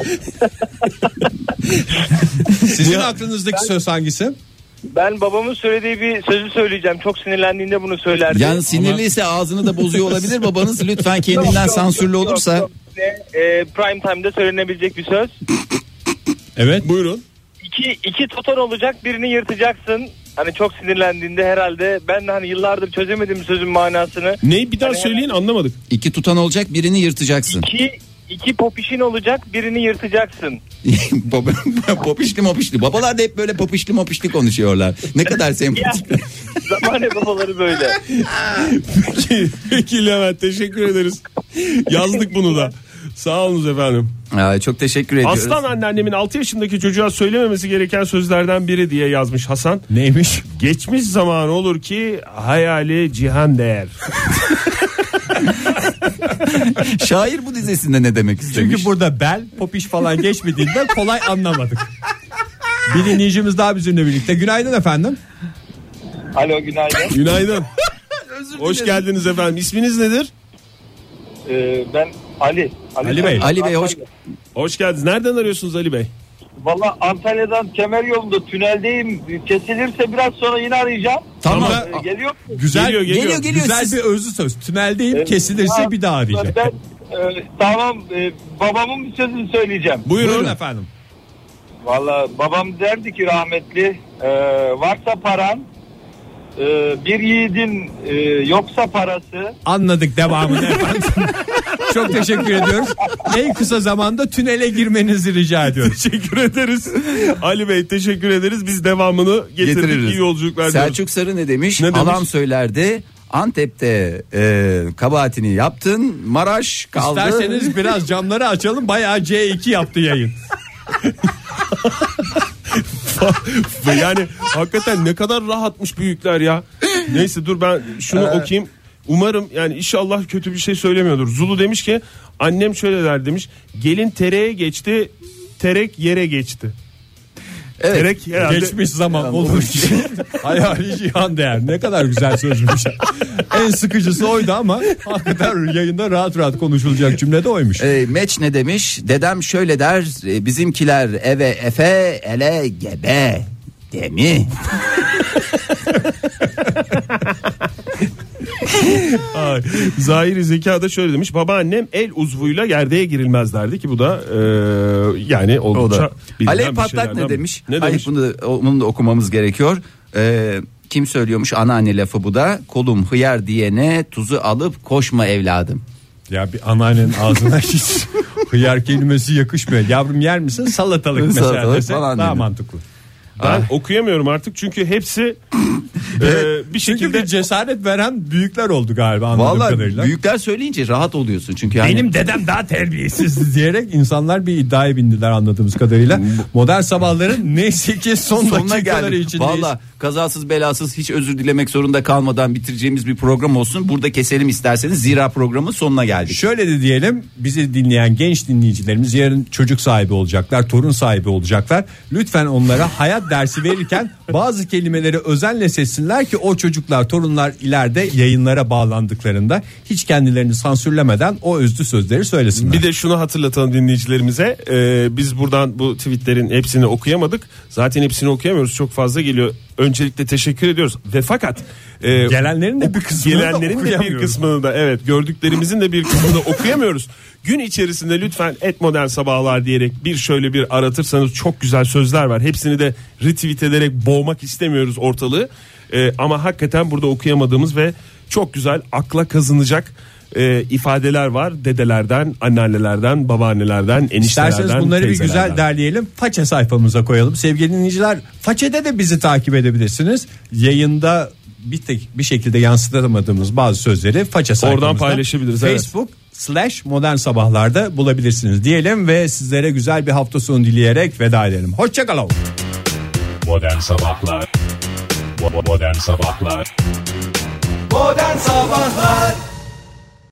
Sizin aklınızdaki söz hangisi? Ben babamın söylediği bir sözü söyleyeceğim. Çok sinirlendiğinde bunu söylerdi. Yani sinirliyse ağzını da bozuyor olabilir babanız, lütfen kendinden sansürlü olursa. Prime time'da söylenebilecek bir söz. Evet. Buyurun. İki toton olacak, birini yırtacaksın. Hani çok sinirlendiğinde herhalde, ben de hani yıllardır çözemedim sözün manasını. Neyi bir daha söyleyin, anlamadık. 2 tutan olacak, birini yırtacaksın. İki popişin olacak, birini yırtacaksın. Popişli. Babalar da hep böyle popişli konuşuyorlar. Ne kadar sempatik. Zamane babaları böyle. Peki Levent, teşekkür ederiz. Yazdık bunu da. Sağ olunuz efendim. Çok teşekkür ediyoruz. Aslan anneannemin 6 yaşındaki çocuğa söylememesi gereken sözlerden biri diye yazmış Hasan. Neymiş? Geçmiş zaman olur ki hayali cihan değer. Şair bu dizesinde ne demek istemiş? Çünkü burada bel, popiş falan geçmediğinde kolay anlamadık. Bir dinleyicimiz daha bizimle birlikte. Günaydın efendim. Alo, günaydın. Günaydın. Hoş geldiniz efendim. İsminiz nedir? Ben Ali. Ali Bey. Ali Bey Hoş geldiniz. Nereden arıyorsunuz Ali Bey? Valla Antalya'dan Kemer yolunda tüneldeyim. Kesilirse biraz sonra yine arayacağım. Tamam. Geliyor mu? Güzel, Geliyor. Geliyor. güzel Siz- bir özlü söz. Tüneldeyim, kesilirse bir daha arayacağım. Ben Tamam, babamın bir sözünü söyleyeceğim. Buyurun efendim. Valla babam derdi ki rahmetli, varsa paran, bir yiğidin yoksa parası. Anladık devamını efendim. Çok teşekkür ediyoruz. En kısa zamanda tünele girmenizi rica ediyoruz. Teşekkür ederiz. Ali Bey teşekkür ederiz. Biz devamını getirdik. İyi yolculuklar diyoruz. Selçuk Sarı ne demiş? Ne demiş? Halam söylerdi. Antep'te kabahatini yaptın. Maraş kaldı. İsterseniz biraz camları açalım. Bayağı C2 yaptı yayın. Yani hakikaten ne kadar rahatmış büyükler ya. Neyse dur ben şunu okuyayım. Umarım yani inşallah kötü bir şey söylemiyordur. Zulu demiş ki annem şöyle der demiş. Gelin tereye geçti, terek yere geçti. Evet. Terek herhalde Geçmiş zaman olmuş. Hayali cihan değer. Ne kadar güzel sözmüş. En sıkıcısı oydu ama hakikaten yayında rahat rahat konuşulacak cümle de oymuş. Meç ne demiş? Dedem şöyle der. Bizimkiler eve efe ele gebe. Demi. Zahiri Zeka da şöyle demiş. Babaannem el uzvuyla gerdeğe girilmez derdi ki bu da yani oldukça Alev Patlak ne demiş? Ne Hayır, demiş? bunu da okumamız gerekiyor. Kim söylüyormuş? Anneanne lafı bu da. Kolum hıyar diyene tuzu alıp koşma evladım. Ya bir anneannenin ağzına hiç hıyar kelimesi yakışmıyor. Yavrum yer misin? Salatalık mesela Salatalık dese falan daha dedi. mantıklı. Ben okuyamıyorum artık çünkü hepsi bir Çünkü şekilde bir cesaret veren büyükler oldu galiba anladığım kadarıyla. Vallahi büyükler söyleyince rahat oluyorsun çünkü yani. Benim dedem daha terbiyesiz diyerek insanlar bir iddiaya bindiler anladığımız kadarıyla. Modern sabahların neyse ki sonuna dakikaları içindeyiz. Valla kazasız belasız hiç özür dilemek zorunda kalmadan bitireceğimiz bir program olsun. Burada keselim isterseniz zira programın sonuna geldik. Şöyle de diyelim, bizi dinleyen genç dinleyicilerimiz yarın çocuk sahibi olacaklar, torun sahibi olacaklar. Lütfen onlara hayat dersi verirken bazı kelimeleri özenle seçsinler ki o çocuklar, torunlar ileride yayınlara bağlandıklarında hiç kendilerini sansürlemeden o özlü sözleri söylesinler. bir de şunu hatırlatalım dinleyicilerimize. Biz buradan bu tweetlerin hepsini okuyamadık. Zaten hepsini okuyamıyoruz. Çok fazla geliyor. Öncelikle teşekkür ediyoruz. Ve fakat gelenlerin de bir kısmını da evet gördüklerimizin de bir kısmını okuyamıyoruz. Gün içerisinde lütfen @modern sabahlar diyerek bir şöyle bir aratırsanız çok güzel sözler var. Hepsini de retweet ederek boğmak istemiyoruz ortalığı. Ama hakikaten burada okuyamadığımız ve çok güzel akla kazınacak ifadeler var. Dedelerden, anneannelerden, babaannelerden, eniştelerden, İsterseniz bunları bir teyzelerden. güzel derleyelim. Faça sayfamıza koyalım. Sevgili dinleyiciler, Faça'da da bizi takip edebilirsiniz. Yayında bir şekilde yansıtamadığımız bazı sözleri Faça sayfamızda. Oradan paylaşabiliriz. Facebook/Modern Sabahlar'da bulabilirsiniz diyelim ve sizlere güzel bir hafta sonu dileyerek veda edelim. Hoşçakalın. Modern Sabahlar Modern Sabahlar Modern Sabahlar